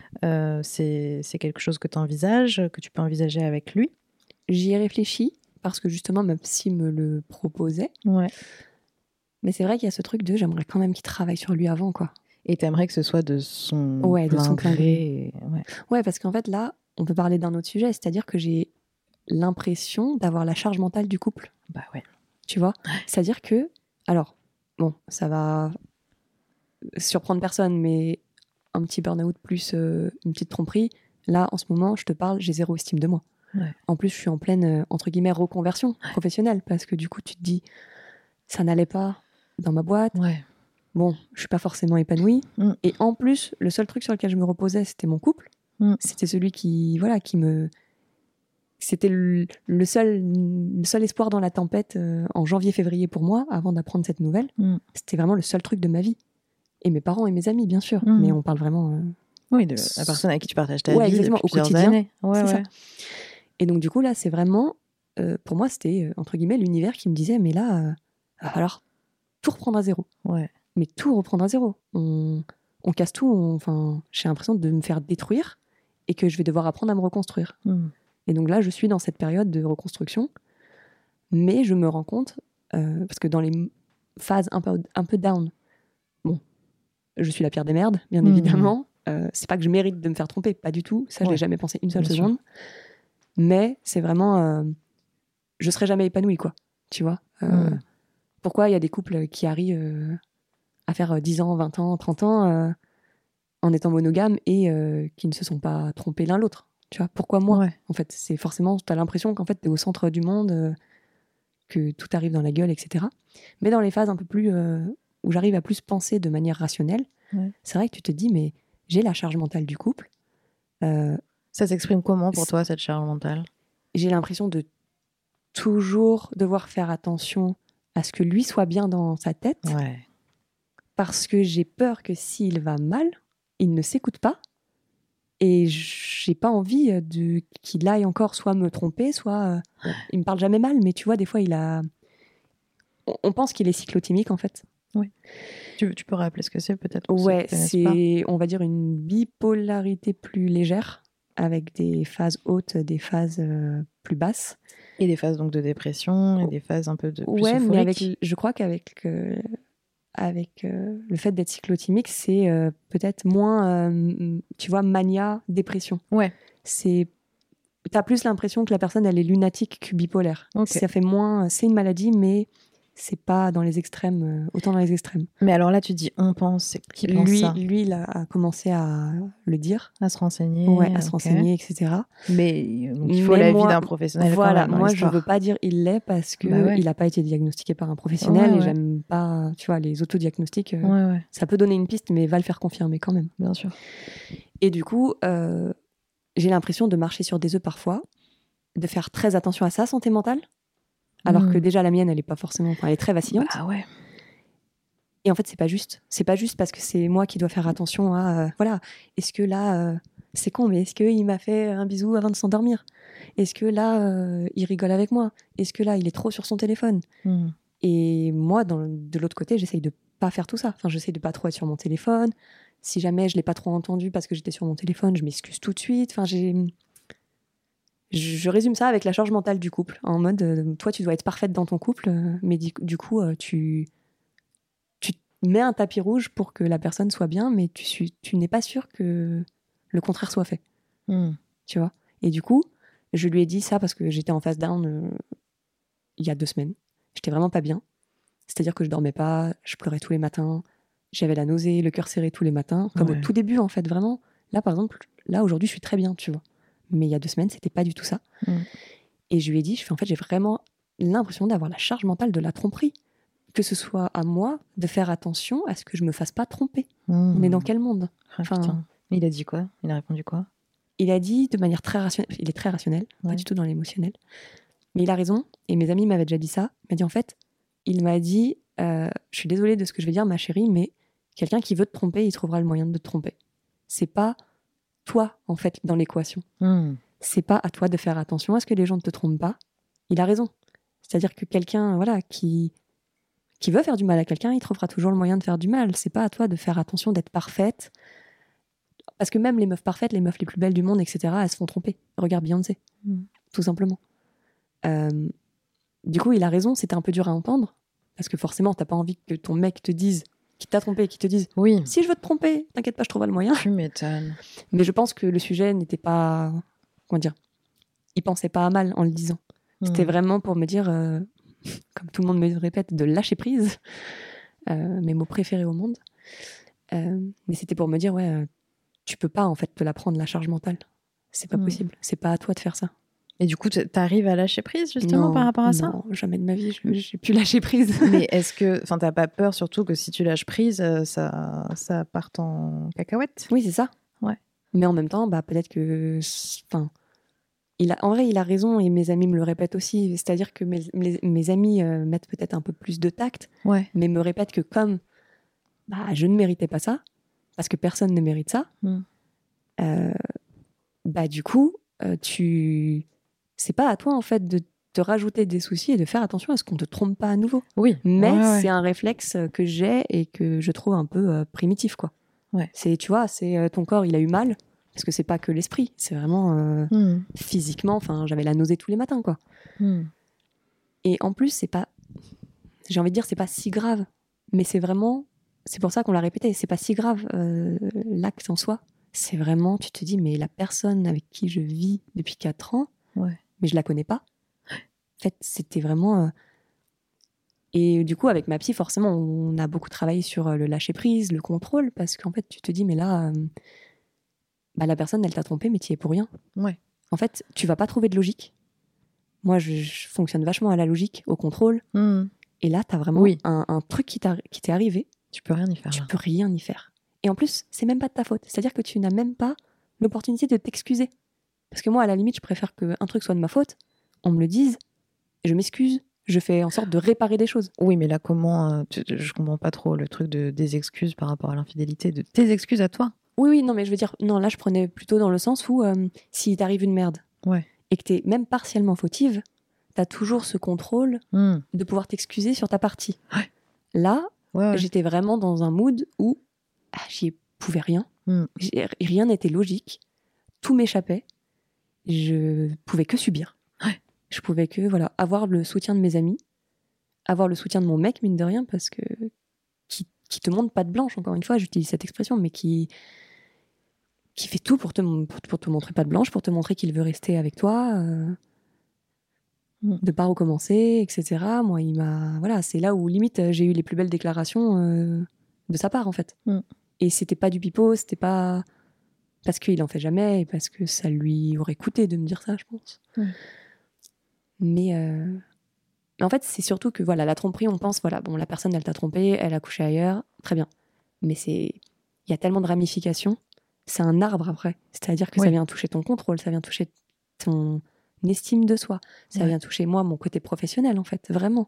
c'est quelque chose que tu envisages, que tu peux envisager avec lui? J'y ai réfléchi parce que justement ma psy me le proposait. Ouais. Mais c'est vrai qu'il y a ce truc de j'aimerais quand même qu'il travaille sur lui avant, quoi. Et t'aimerais que ce soit de son plein gré. Ouais, parce qu'en fait là, on peut parler d'un autre sujet, c'est-à-dire que j'ai l'impression d'avoir la charge mentale du couple. Bah ouais. Tu vois ? C'est-à-dire que, alors, bon, ça va surprendre personne, mais un petit burn-out plus une petite tromperie, là, en ce moment, je te parle, j'ai 0 estime de moi. Ouais. En plus, je suis en pleine, entre guillemets, reconversion professionnelle, parce que du coup, tu te dis, ça n'allait pas dans ma boîte. Ouais. Bon, je suis pas forcément épanouie. Et en plus, le seul truc sur lequel je me reposais, c'était mon couple. C'était celui qui me... C'était le seul espoir dans la tempête en janvier-février pour moi, avant d'apprendre cette nouvelle. C'était vraiment le seul truc de ma vie. Et mes parents et mes amis, bien sûr. Mais on parle vraiment... Oui, de la personne avec qui tu partages ta vie exactement, depuis plusieurs années. Ouais. Ça. Et donc, du coup, là, c'est vraiment... pour moi, c'était, entre guillemets, l'univers qui me disait, mais là, va falloir tout reprendre à zéro. Ouais. Mais tout reprendre à zéro. On casse tout. Enfin, j'ai l'impression de me faire détruire et que je vais devoir apprendre à me reconstruire. Et donc là, je suis dans cette période de reconstruction. Mais je me rends compte, parce que dans les phases un peu down, bon, je suis la pire des merdes, bien évidemment. C'est pas que je mérite de me faire tromper, pas du tout. Ça, je l'ai jamais pensé une seule seconde. Mais c'est vraiment... je serai jamais épanouie, quoi. Tu vois pourquoi il y a des couples qui arrivent à faire 10 ans, 20 ans, 30 ans en étant monogames et qui ne se sont pas trompés l'un l'autre. Tu vois, pourquoi moi En fait, c'est forcément, tu as l'impression qu'en fait, tu es au centre du monde, que tout arrive dans la gueule, etc. Mais dans les phases un peu plus où j'arrive à plus penser de manière rationnelle, c'est vrai que tu te dis, mais j'ai la charge mentale du couple. Ça s'exprime comment pour toi, cette charge mentale ? J'ai l'impression de toujours devoir faire attention à ce que lui soit bien dans sa tête. Parce que j'ai peur que s'il va mal, il ne s'écoute pas. Et j'ai pas envie qu'il aille encore soit me tromper, soit... il me parle jamais mal, mais tu vois, des fois, on pense qu'il est cyclotimique, en fait. Oui. Tu peux rappeler ce que c'est, peut-être ? Ouais, c'est, on va dire, une bipolarité plus légère, avec des phases hautes, des phases plus basses. Et des phases donc de dépression, et des phases un peu de plus euphoriques. Mais je crois qu'avec le fait d'être cyclotimique, c'est peut-être moins, tu vois, mania, dépression. Ouais. T'as plus l'impression que la personne, elle est lunatique que bipolaire. Ça fait moins... C'est une maladie, mais c'est pas dans les extrêmes, autant dans les extrêmes. Mais alors là, tu dis on pense, c'est qui pense ça ? Lui, il a commencé à le dire. À se renseigner. Ouais, à se renseigner, etc. Mais il faut l'avis d'un professionnel. Voilà, quand même, moi, je veux pas dire il l'est parce que il a pas été diagnostiqué par un professionnel et j'aime pas, tu vois, les autodiagnostics. Ça peut donner une piste, mais va le faire confirmer quand même. Bien sûr. Et du coup, j'ai l'impression de marcher sur des œufs parfois, de faire très attention à sa santé mentale. Alors que déjà la mienne, elle est pas forcément, elle est très vacillante. Ah ouais. Et en fait, c'est pas juste. C'est pas juste parce que c'est moi qui dois faire attention à, voilà, est-ce que là, c'est con, mais est-ce qu'il m'a fait un bisou avant de s'endormir ? Est-ce que là, il rigole avec moi ? Est-ce que là, il est trop sur son téléphone ? Et moi, de l'autre côté, j'essaye de pas faire tout ça. Enfin, j'essaye de pas trop être sur mon téléphone. Si jamais je l'ai pas trop entendu parce que j'étais sur mon téléphone, je m'excuse tout de suite. Enfin, je résume ça avec la charge mentale du couple, en mode, toi, tu dois être parfaite dans ton couple, mais du coup, tu mets un tapis rouge pour que la personne soit bien, mais tu n'es pas sûr que le contraire soit fait. Tu vois ? Et du coup, je lui ai dit ça parce que j'étais en phase down il y a 2 semaines. J'étais vraiment pas bien. C'est-à-dire que je dormais pas, je pleurais tous les matins, j'avais la nausée, le cœur serré tous les matins, comme au tout début, en fait, vraiment. Là, par exemple, aujourd'hui, je suis très bien, tu vois. Mais il y a 2 semaines, c'était pas du tout ça. Et je lui ai dit, en fait, j'ai vraiment l'impression d'avoir la charge mentale de la tromperie. Que ce soit à moi de faire attention à ce que je me fasse pas tromper. On est dans quel monde? Putain. Il a dit quoi? Il a répondu quoi? Il a dit de manière très rationnelle, il est très rationnel, pas du tout dans l'émotionnel. Mais il a raison, et mes amis m'avaient déjà dit ça. Il m'a dit en fait, je suis désolée de ce que je vais dire, ma chérie, mais quelqu'un qui veut te tromper, il trouvera le moyen de te tromper. C'est pas toi, en fait, dans l'équation. C'est pas à toi de faire attention à ce que les gens ne te trompent pas. Il a raison. C'est-à-dire que quelqu'un, voilà, qui veut faire du mal à quelqu'un, il trouvera toujours le moyen de faire du mal. C'est pas à toi de faire attention, d'être parfaite. Parce que même les meufs parfaites, les meufs les plus belles du monde, etc., elles se font tromper. Regarde Beyoncé, tout simplement. Du coup, il a raison, c'était un peu dur à entendre. Parce que forcément, t'as pas envie que ton mec te dise, qui t'a trompé, qui te dise « Si je veux te tromper, t'inquiète pas, je trouverai le moyen. » Tu m'étonnes. Mais je pense que le sujet n'était pas... Comment dire? Il pensait pas à mal en le disant. C'était vraiment pour me dire... comme tout le monde me le répète, de lâcher prise, mes mots préférés au monde. Mais c'était pour me dire, tu peux pas en fait te la prendre, la charge mentale. C'est pas possible. C'est pas à toi de faire ça. Et du coup, t'arrives à lâcher prise justement par rapport à ça? Non, jamais de ma vie, j'ai pu lâcher prise. Mais est-ce que, t'as pas peur surtout que si tu lâches prise, ça parte en cacahuète? Oui, c'est ça. Ouais. Mais en même temps, peut-être que, en vrai, il a raison, et mes amis me le répètent aussi. C'est-à-dire que mes amis mettent peut-être un peu plus de tact, mais me répètent que comme je ne méritais pas ça, parce que personne ne mérite ça, du coup, c'est pas à toi en fait de te rajouter des soucis et de faire attention à ce qu'on te trompe pas à nouveau. Oui. Mais c'est un réflexe que j'ai et que je trouve un peu primitif, quoi. C'est, tu vois, c'est ton corps, il a eu mal. Parce que c'est pas que l'esprit, c'est vraiment physiquement, j'avais la nausée tous les matins, quoi. Et en plus, c'est pas, j'ai envie de dire, c'est pas si grave, mais c'est pour ça qu'on l'a répété, c'est pas si grave l'acte en soi, c'est vraiment, tu te dis, mais la personne avec qui je vis depuis 4 ans, mais je la connais pas. En fait, c'était vraiment... Et du coup, avec ma psy, forcément, on a beaucoup travaillé sur le lâcher-prise, le contrôle, parce qu'en fait, tu te dis, mais là... la personne, elle t'a trompé, mais tu y es pour rien. En fait, tu vas pas trouver de logique. Moi, je fonctionne vachement à la logique, au contrôle. Et là, t'as vraiment un truc qui t'est arrivé. Tu peux rien y faire. Tu peux rien y faire. Et en plus, c'est même pas de ta faute. C'est-à-dire que tu n'as même pas l'opportunité de t'excuser. Parce que moi, à la limite, je préfère qu'un truc soit de ma faute, on me le dise, je m'excuse, je fais en sorte de réparer des choses. Oui, mais là, comment... je comprends pas trop le truc des excuses par rapport à l'infidélité, de tes excuses à toi. Oui, non, mais je veux dire, non, là, je prenais plutôt dans le sens où s'il t'arrive une merde et que t'es même partiellement fautive, t'as toujours ce contrôle de pouvoir t'excuser sur ta partie. Là, j'étais vraiment dans un mood où j'y pouvais rien. Rien n'était logique. Tout m'échappait. Je pouvais que subir. Je pouvais que avoir le soutien de mes amis, avoir le soutien de mon mec, mine de rien, parce que qui te montre pas de blanche, encore une fois, j'utilise cette expression, mais qui fait tout pour te montrer pas de blanche, pour te montrer qu'il veut rester avec toi, de pas recommencer, etc. Moi, c'est là où, limite, j'ai eu les plus belles déclarations de sa part, en fait. Et c'était pas du pipeau, c'était pas parce qu'il en fait jamais, et parce que ça lui aurait coûté de me dire ça, je pense. Mais en fait, c'est surtout que, la tromperie, on pense, la personne, elle t'a trompé, elle a couché ailleurs, très bien. Mais il y a tellement de ramifications. C'est un arbre après. C'est-à-dire que ça vient toucher ton contrôle, ça vient toucher ton estime de soi, ça vient toucher, moi, mon côté professionnel, en fait, vraiment.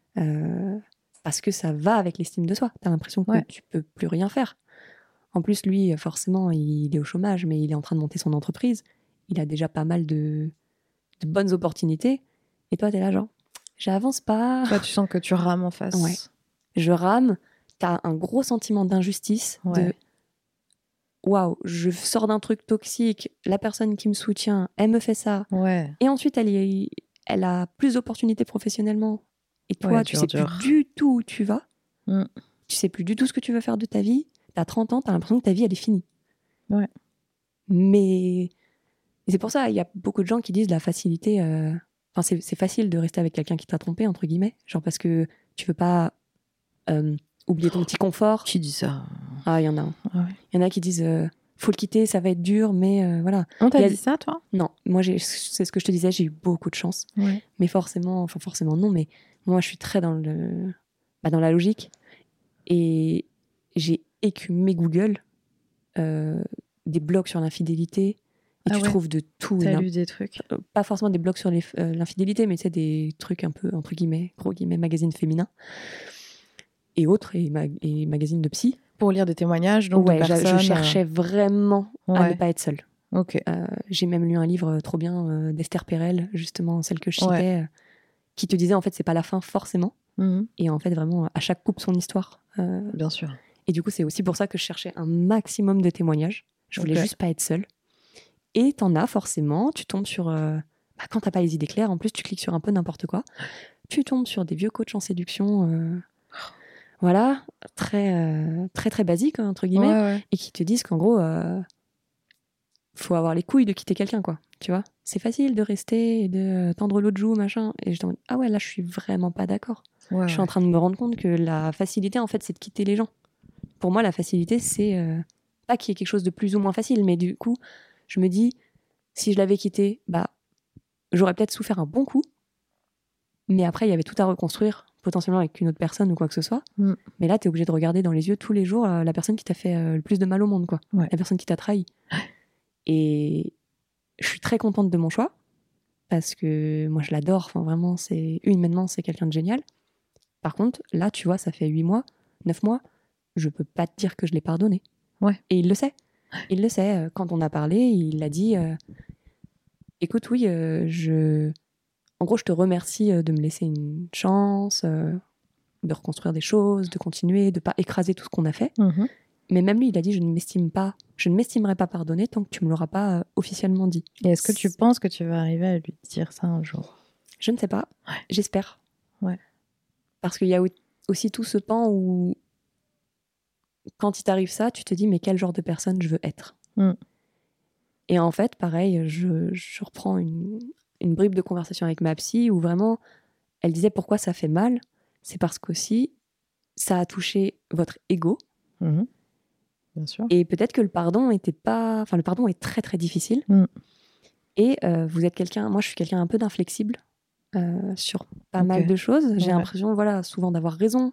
Parce que ça va avec l'estime de soi. T'as l'impression que tu peux plus rien faire. En plus, lui, forcément, il est au chômage, mais il est en train de monter son entreprise. Il a déjà pas mal de bonnes opportunités. Et toi, t'es là, genre, j'avance pas. Toi, tu sens que tu rames en face. Ouais. Je rame. T'as un gros sentiment d'injustice, de waouh, je sors d'un truc toxique, la personne qui me soutient, elle me fait ça. Et ensuite, elle a plus d'opportunités professionnellement. Et toi, tu sais plus du tout où tu vas. Tu sais plus du tout ce que tu veux faire de ta vie. T'as 30 ans, t'as l'impression que ta vie, elle est finie. Mais c'est pour ça, il y a beaucoup de gens qui disent la facilité... c'est facile de rester avec quelqu'un qui t'a trompé, entre guillemets. Genre parce que tu veux pas oublier ton petit confort. Qui dit ça? Ah, il y en a. Ah ouais. Il y en a qui disent faut le quitter, ça va être dur, mais voilà. On t'a dit ça, toi? Non, moi c'est ce que je te disais, j'ai eu beaucoup de chance. Ouais. Mais forcément non, mais moi je suis très dans la logique. Et j'ai écumé Google des blogs sur l'infidélité. Et tu trouves de tout. T'as lu des trucs? Pas forcément des blogs sur l'infidélité, mais tu sais, des trucs un peu, entre guillemets, gros guillemets, magazines féminins. Et autres, et magazines de psy. Pour lire des témoignages, donc de personnes... je cherchais vraiment à ne pas être seule. Ok. J'ai même lu un livre trop bien d'Esther Perel, justement, celle que je citais, qui te disait, en fait, c'est pas la fin, forcément. Et en fait, vraiment, à chaque couple, son histoire. Bien sûr. Et du coup, c'est aussi pour ça que je cherchais un maximum de témoignages. Je voulais juste pas être seule. Et t'en as forcément, tu tombes sur... quand t'as pas les idées claires, en plus, tu cliques sur un peu n'importe quoi. Tu tombes sur des vieux coachs en séduction... Voilà, très, très, très basique, entre guillemets, et qui te disent qu'en gros, faut avoir les couilles de quitter quelqu'un, quoi. Tu vois, c'est facile de rester et de tendre l'autre joue, machin. Et je te dis, ah ouais, là, je suis vraiment pas d'accord. Je suis en train de me rendre compte que la facilité, en fait, c'est de quitter les gens. Pour moi, la facilité, c'est pas qu'il y ait quelque chose de plus ou moins facile, mais du coup, je me dis, si je l'avais quitté, j'aurais peut-être souffert un bon coup, mais après, il y avait tout à reconstruire, potentiellement avec une autre personne ou quoi que ce soit. Mais là, t'es obligé de regarder dans les yeux tous les jours la personne qui t'a fait le plus de mal au monde, quoi. La personne qui t'a trahi. Et je suis très contente de mon choix, parce que moi, je l'adore. Enfin, vraiment, humainement, c'est quelqu'un de génial. Par contre, là, tu vois, ça fait 8 mois, 9 mois, je peux pas te dire que je l'ai pardonné. Et il le sait. Il le sait. Quand on a parlé, il a dit écoute, oui, en gros, je te remercie de me laisser une chance, de reconstruire des choses, de continuer, de pas écraser tout ce qu'on a fait. Mais même lui, il a dit je ne m'estimerai pas pardonner tant que tu me l'auras pas officiellement dit. Et est-ce que tu penses que tu vas arriver à lui dire ça un jour? Je ne sais pas. J'espère. Parce qu'il y a aussi tout ce pan où quand il t'arrive ça, tu te dis mais quel genre de personne je veux être. Et en fait, pareil, je reprends une bribe de conversation avec ma psy où vraiment, elle disait pourquoi ça fait mal. C'est parce qu'aussi, ça a touché votre ego. Bien sûr. Et peut-être que le pardon le pardon est très très difficile. Et vous êtes quelqu'un, moi je suis quelqu'un un peu d'inflexible sur pas mal de choses. J'ai l'impression, voilà, souvent d'avoir raison.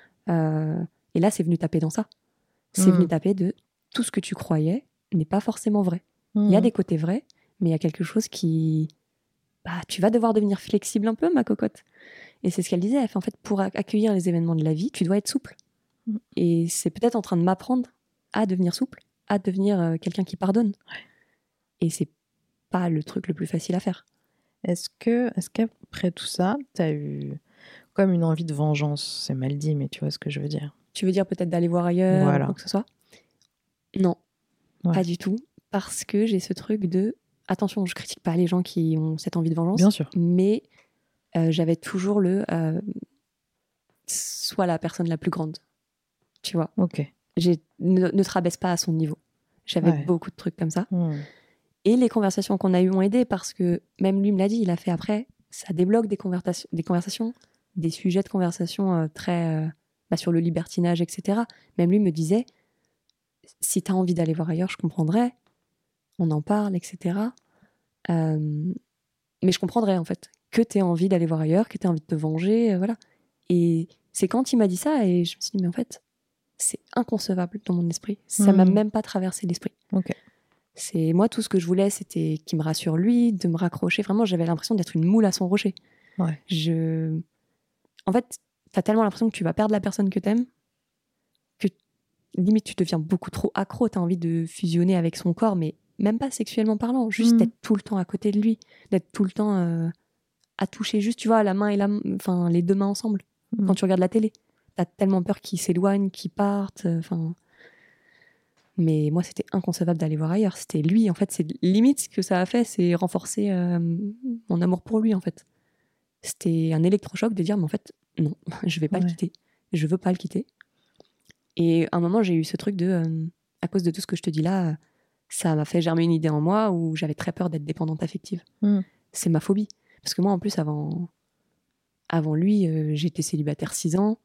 Et là, c'est venu taper dans ça. C'est venu taper de tout ce que tu croyais n'est pas forcément vrai. Il y a des côtés vrais, mais il y a quelque chose qui... tu vas devoir devenir flexible un peu, ma cocotte. Et c'est ce qu'elle disait. Elle fait, en fait, pour accueillir les événements de la vie, tu dois être souple. Et c'est peut-être en train de m'apprendre à devenir souple, à devenir quelqu'un qui pardonne. Et c'est pas le truc le plus facile à faire. Est-ce qu'après tout ça, t'as eu comme une envie de vengeance? C'est mal dit, mais tu vois ce que je veux dire. Tu veux dire peut-être d'aller voir ailleurs, ou quoi que ce soit? Non, pas du tout. Parce que j'ai ce truc de... Attention, je critique pas les gens qui ont cette envie de vengeance. Bien sûr. Mais j'avais toujours soit la personne la plus grande. Tu vois. Ok. Ne te rabaisse pas à son niveau. J'avais beaucoup de trucs comme ça. Et les conversations qu'on a eues m'ont aidé parce que même lui me l'a dit, il a fait après, ça débloque des conversations, des sujets de conversation très sur le libertinage, etc. Même lui me disait, si t'as envie d'aller voir ailleurs, je comprendrais. On en parle, etc. Mais je comprendrais en fait que t'aies envie d'aller voir ailleurs, que t'aies envie de te venger, voilà. Et c'est quand il m'a dit ça et je me suis dit, mais en fait, c'est inconcevable dans mon esprit. Ça m'a même pas traversé l'esprit. C'est moi, tout ce que je voulais, c'était qu'il me rassure lui, de me raccrocher. Vraiment, j'avais l'impression d'être une moule à son rocher. En fait, t'as tellement l'impression que tu vas perdre la personne que t'aimes que limite tu deviens beaucoup trop accro. T'as envie de fusionner avec son corps, mais même pas sexuellement parlant, juste d'être tout le temps à côté de lui, d'être tout le temps à toucher juste, tu vois, la main et les deux mains ensemble. Quand tu regardes la télé, t'as tellement peur qu'il s'éloigne, qu'il parte, Mais moi, c'était inconcevable d'aller voir ailleurs. C'était lui, en fait, c'est limite ce que ça a fait, c'est renforcer mon amour pour lui, en fait. C'était un électrochoc de dire, mais en fait, non, je vais pas le quitter. Je veux pas le quitter. Et à un moment, j'ai eu ce truc de, à cause de tout ce que je te dis là, ça m'a fait germer une idée en moi où j'avais très peur d'être dépendante affective. C'est ma phobie. Parce que moi, en plus, avant lui, j'étais célibataire 6 ans.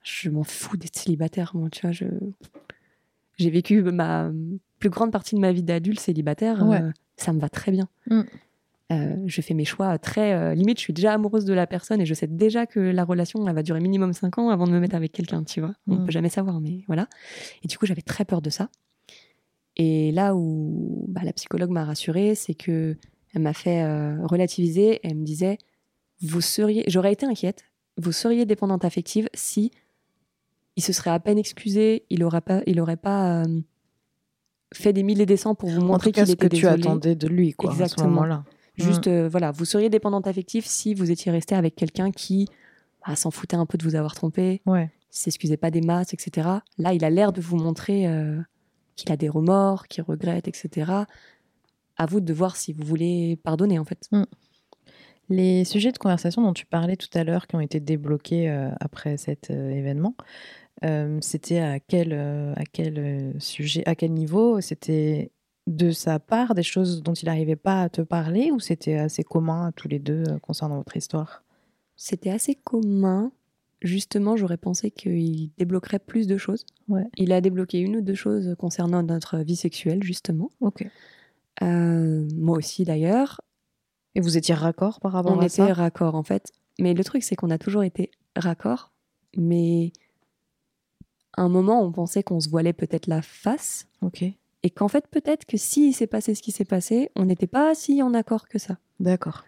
je m'en fous d'être célibataire, moi, tu vois. J'ai vécu ma plus grande partie de ma vie d'adulte célibataire. Ça me va très bien. Je fais mes choix très... limite, je suis déjà amoureuse de la personne et je sais déjà que la relation, elle va durer minimum 5 ans avant de me mettre avec quelqu'un, tu vois. On ne peut jamais savoir, mais voilà. Et du coup, j'avais très peur de ça. Et là où la psychologue m'a rassurée, c'est qu'elle m'a fait relativiser. Elle me disait, j'aurais été inquiète, vous seriez dépendante affective si il se serait à peine excusé, il aurait pas fait des milliers et des cents pour vous montrer qu'il était désolé. En tout cas, ce que tu attendais de lui, quoi, à ce moment-là. Juste, voilà, vous seriez dépendante affective si vous étiez restée avec quelqu'un qui s'en foutait un peu de vous avoir trompé, s'excusait pas des masses, etc. Là, il a l'air de vous montrer qu'il a des remords, qu'il regrette, etc. À vous de voir si vous voulez pardonner, en fait. Les sujets de conversation dont tu parlais tout à l'heure, qui ont été débloqués après cet événement, c'était à quel sujet, à quel niveau? C'était de sa part des choses dont il n'arrivait pas à te parler, ou c'était assez commun à tous les deux concernant votre histoire? C'était assez commun. Justement, j'aurais pensé qu'il débloquerait plus de choses. Il a débloqué 1 ou 2 choses concernant notre vie sexuelle, justement. Moi aussi, d'ailleurs. Et vous étiez raccord par rapport à ça? On était raccord, en fait. Mais le truc, c'est qu'on a toujours été raccord. Mais à un moment, on pensait qu'on se voilait peut-être la face. Et qu'en fait, peut-être que s'il s'est passé ce qui s'est passé, on n'était pas si en accord que ça. D'accord.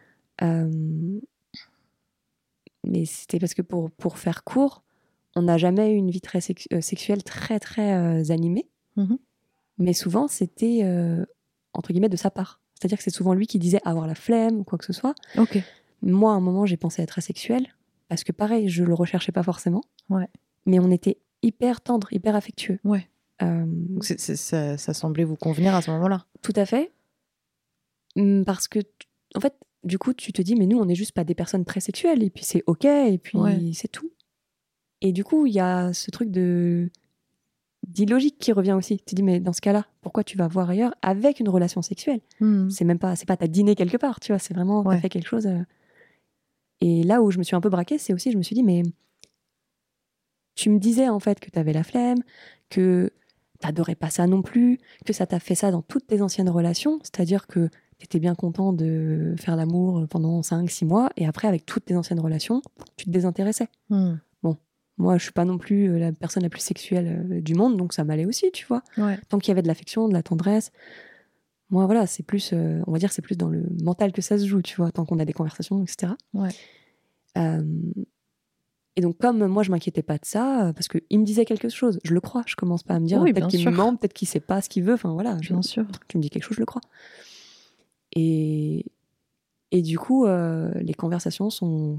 Mais c'était parce que pour faire court, on n'a jamais eu une vie très sexuelle très, très animée. Mais souvent, c'était, entre guillemets, de sa part. C'est-à-dire que c'est souvent lui qui disait avoir la flemme ou quoi que ce soit. Moi, à un moment, j'ai pensé être asexuelle. Parce que pareil, je le recherchais pas forcément. Mais on était hyper tendre, hyper affectueux. Donc ça semblait vous convenir à ce moment-là? Tout à fait. Parce que, en fait, du coup, tu te dis, mais nous, on n'est juste pas des personnes très sexuelles. Et puis, c'est OK. Et puis, c'est tout. Et du coup, il y a ce truc d'illogique qui revient aussi. Tu te dis, mais dans ce cas-là, pourquoi tu vas voir ailleurs avec une relation sexuelle? C'est pas t'as dîné quelque part, tu vois. C'est vraiment, t'as fait quelque chose. Et là où je me suis un peu braquée, c'est aussi, je me suis dit, mais tu me disais en fait que t'avais la flemme, que t'adorais pas ça non plus, que ça t'a fait ça dans toutes tes anciennes relations, c'est-à-dire que t'étais bien content de faire l'amour pendant 5-6 mois, et après, avec toutes tes anciennes relations, tu te désintéressais. Bon, moi, je suis pas non plus la personne la plus sexuelle du monde, donc ça m'allait aussi, tu vois. Tant qu'il y avait de l'affection, de la tendresse, moi, voilà, c'est plus, on va dire, c'est plus dans le mental que ça se joue, tu vois, tant qu'on a des conversations, etc. Et donc, comme moi, je m'inquiétais pas de ça, parce qu'il me disait quelque chose, je le crois, je commence pas à me dire peut-être qu'il me ment, peut-être qu'il sait pas ce qu'il veut, enfin voilà. Bien sûr. Tu me dis quelque chose, je le crois. Et du coup, les conversations se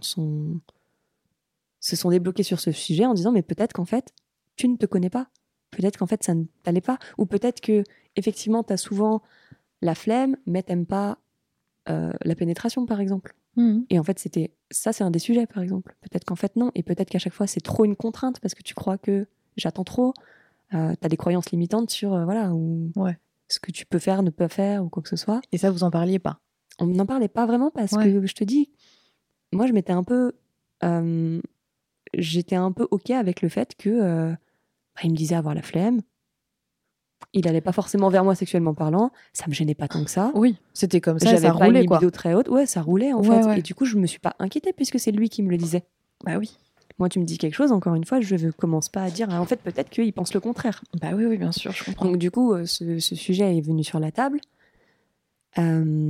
sont débloquées sur ce sujet en disant, mais peut-être qu'en fait, tu ne te connais pas. Peut-être qu'en fait, ça ne t'allait pas. Ou peut-être que, effectivement, tu as souvent la flemme, mais t'aimes pas la pénétration, par exemple. Et en fait, c'est un des sujets, par exemple. Peut-être qu'en fait, non. Et peut-être qu'à chaque fois, c'est trop une contrainte parce que tu crois que j'attends trop. T'as des croyances limitantes sur ce que tu peux faire, ne pas faire ou quoi que ce soit. Et ça, vous en parliez pas? On n'en parlait pas vraiment parce que je te dis, moi, je m'étais un peu... j'étais un peu OK avec le fait que il me disait avoir la flemme. Il allait pas forcément vers moi sexuellement parlant, ça me gênait pas tant que ça. Oui, c'était comme ça, j'avais ça pas roulait, une libido très haute. Ouais, ça roulait en fait. Et du coup, je me suis pas inquiétée puisque c'est lui qui me le disait. Bah oui. Moi, tu me dis quelque chose, encore une fois, je ne commence pas à dire en fait, peut-être qu'il pense le contraire. Bah oui, bien sûr, je comprends. Donc du coup, ce sujet est venu sur la table. T'as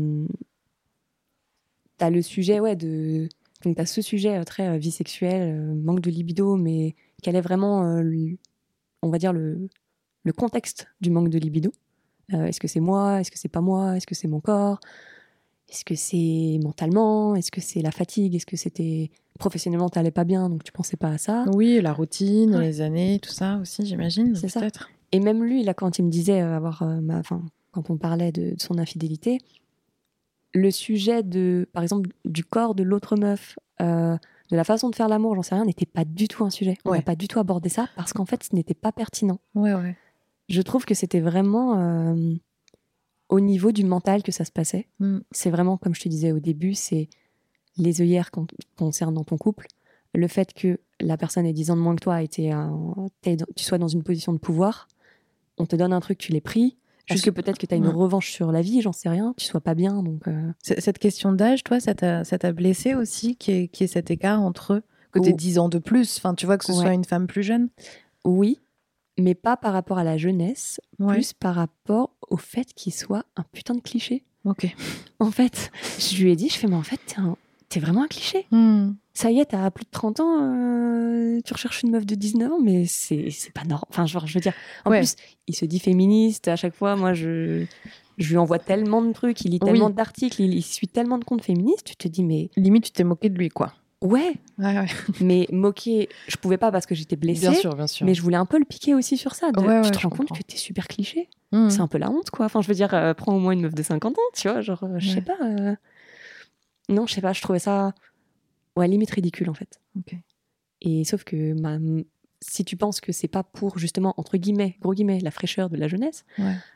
le sujet, donc t'as ce sujet très vie sexuelle, manque de libido, mais quel est vraiment, on va dire, le contexte du manque de libido. Est-ce que c'est moi? Est-ce que c'est pas moi? Est-ce que c'est mon corps? Est-ce que c'est mentalement? Est-ce que c'est la fatigue? Est-ce que c'était professionnellement t'allais pas bien, donc tu pensais pas à ça? Oui, la routine, les années, tout ça aussi, j'imagine. C'est peut-être. Ça. Et même lui, là, quand il me disait quand on parlait de son infidélité, le sujet par exemple, du corps de l'autre meuf, de la façon de faire l'amour, j'en sais rien, n'était pas du tout un sujet. On n'a pas du tout abordé ça parce qu'en fait, ce n'était pas pertinent. Je trouve que c'était vraiment au niveau du mental que ça se passait. C'est vraiment, comme je te disais au début, c'est les œillères qu'on concerne dans ton couple. Le fait que la personne ait 10 ans de moins que toi et tu sois dans une position de pouvoir, on te donne un truc, tu l'es pris, parce que peut-être que tu as une revanche sur la vie, j'en sais rien, tu sois pas bien. Donc Cette question d'âge, toi, ça t'a blessé aussi, qu'il y ait cet écart entre eux, que tu aies 10 ans de plus, enfin, tu vois, que ce soit une femme plus jeune? Oui, mais pas par rapport à la jeunesse, plus par rapport au fait qu'il soit un putain de cliché. Ok. En fait, je lui ai dit, mais en fait, t'es vraiment un cliché. Ça y est, t'as plus de 30 ans, tu recherches une meuf de 19 ans, mais c'est pas normal. Enfin, genre, je veux dire, en plus, il se dit féministe à chaque fois. Moi, je lui envoie tellement de trucs, il lit tellement d'articles, il suit tellement de comptes féministes. Tu te dis, mais. Limite, tu t'es moqué de lui, quoi. Ouais. Mais moquer, je pouvais pas parce que j'étais blessée. Bien sûr. Mais je voulais un peu le piquer aussi sur ça. Tu te rends compte que t'es super cliché. C'est un peu la honte, quoi. Enfin, je veux dire, prends au moins une meuf de 50 ans, tu vois. Genre, je sais pas. Non, je sais pas, je trouvais ça. Ouais, limite ridicule, en fait. Okay. Et sauf que si tu penses que c'est pas pour, justement, entre guillemets, gros guillemets, la fraîcheur de la jeunesse,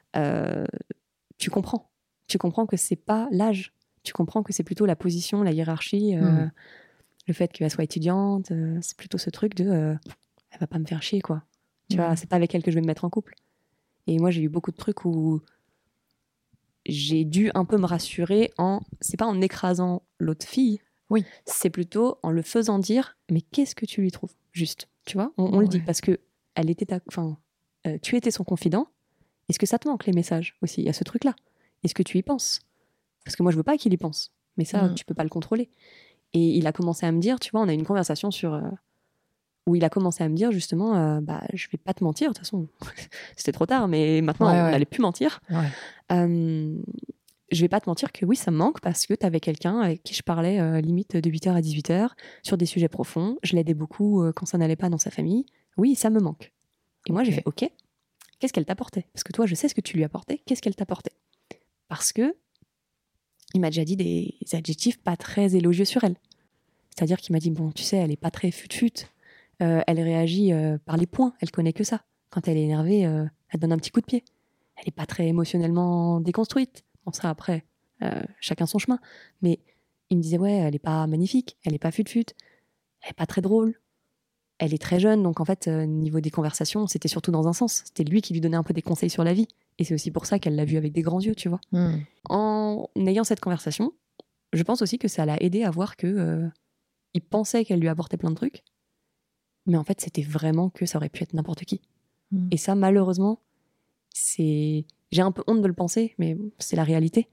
tu comprends. Tu comprends que c'est pas l'âge. Tu comprends que c'est plutôt la position, la hiérarchie, le fait qu'elle soit étudiante. C'est plutôt ce truc de elle va pas me faire chier, quoi. Tu vois, c'est pas avec elle que je vais me mettre en couple. Et moi, j'ai eu beaucoup de trucs où j'ai dû un peu me rassurer c'est pas en écrasant l'autre fille. Oui. C'est plutôt en le faisant dire, mais qu'est-ce que tu lui trouves juste, tu vois, on le dit parce que elle était tu étais son confident. Est-ce que ça te manque les messages aussi? Il y a ce truc-là. Est-ce que tu y penses? Parce que moi, je veux pas qu'il y pense, mais ça, tu peux pas le contrôler. Et il a commencé à me dire, tu vois, on a eu une conversation où il a commencé à me dire justement, je vais pas te mentir, de toute façon, c'était trop tard, mais maintenant, on n'allait plus mentir. Je vais pas te mentir que oui, ça me manque parce que t'avais quelqu'un avec qui je parlais limite de 8h à 18h sur des sujets profonds. Je l'aidais beaucoup quand ça n'allait pas dans sa famille. Oui, ça me manque. Et moi, j'ai fait OK, qu'est-ce qu'elle t'apportait? Parce que toi, je sais ce que tu lui apportais. Qu'est-ce qu'elle t'apportait? Parce que il m'a déjà dit des adjectifs pas très élogieux sur elle. C'est-à-dire qu'il m'a dit, bon, tu sais, elle est pas très fut-fut. Elle réagit par les poings. Elle connaît que ça. Quand elle est énervée, elle donne un petit coup de pied. Elle est pas très émotionnellement déconstruite. Bon, ça, après, chacun son chemin. Mais il me disait, ouais, elle est pas magnifique, elle est pas fut-fut, elle est pas très drôle, elle est très jeune. Donc, en fait, niveau des conversations, c'était surtout dans un sens. C'était lui qui lui donnait un peu des conseils sur la vie. Et c'est aussi pour ça qu'elle l'a vu avec des grands yeux, tu vois. En ayant cette conversation, je pense aussi que ça l'a aidé à voir que il pensait qu'elle lui apportait plein de trucs. Mais en fait, c'était vraiment que ça aurait pu être n'importe qui. Et ça, malheureusement, j'ai un peu honte de le penser, mais c'est la réalité.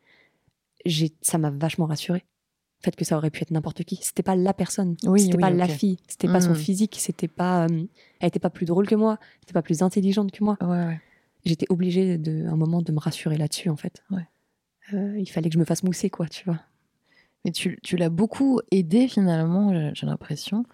Ça m'a vachement rassurée. Le fait que ça aurait pu être n'importe qui. C'était pas la personne. C'était pas la fille. C'était pas son physique. C'était pas, elle était pas plus drôle que moi. Elle était pas plus intelligente que moi. J'étais obligée un moment de me rassurer là-dessus, en fait. Il fallait que je me fasse mousser, quoi, tu vois. Mais tu l'as beaucoup aidé, finalement, j'ai l'impression,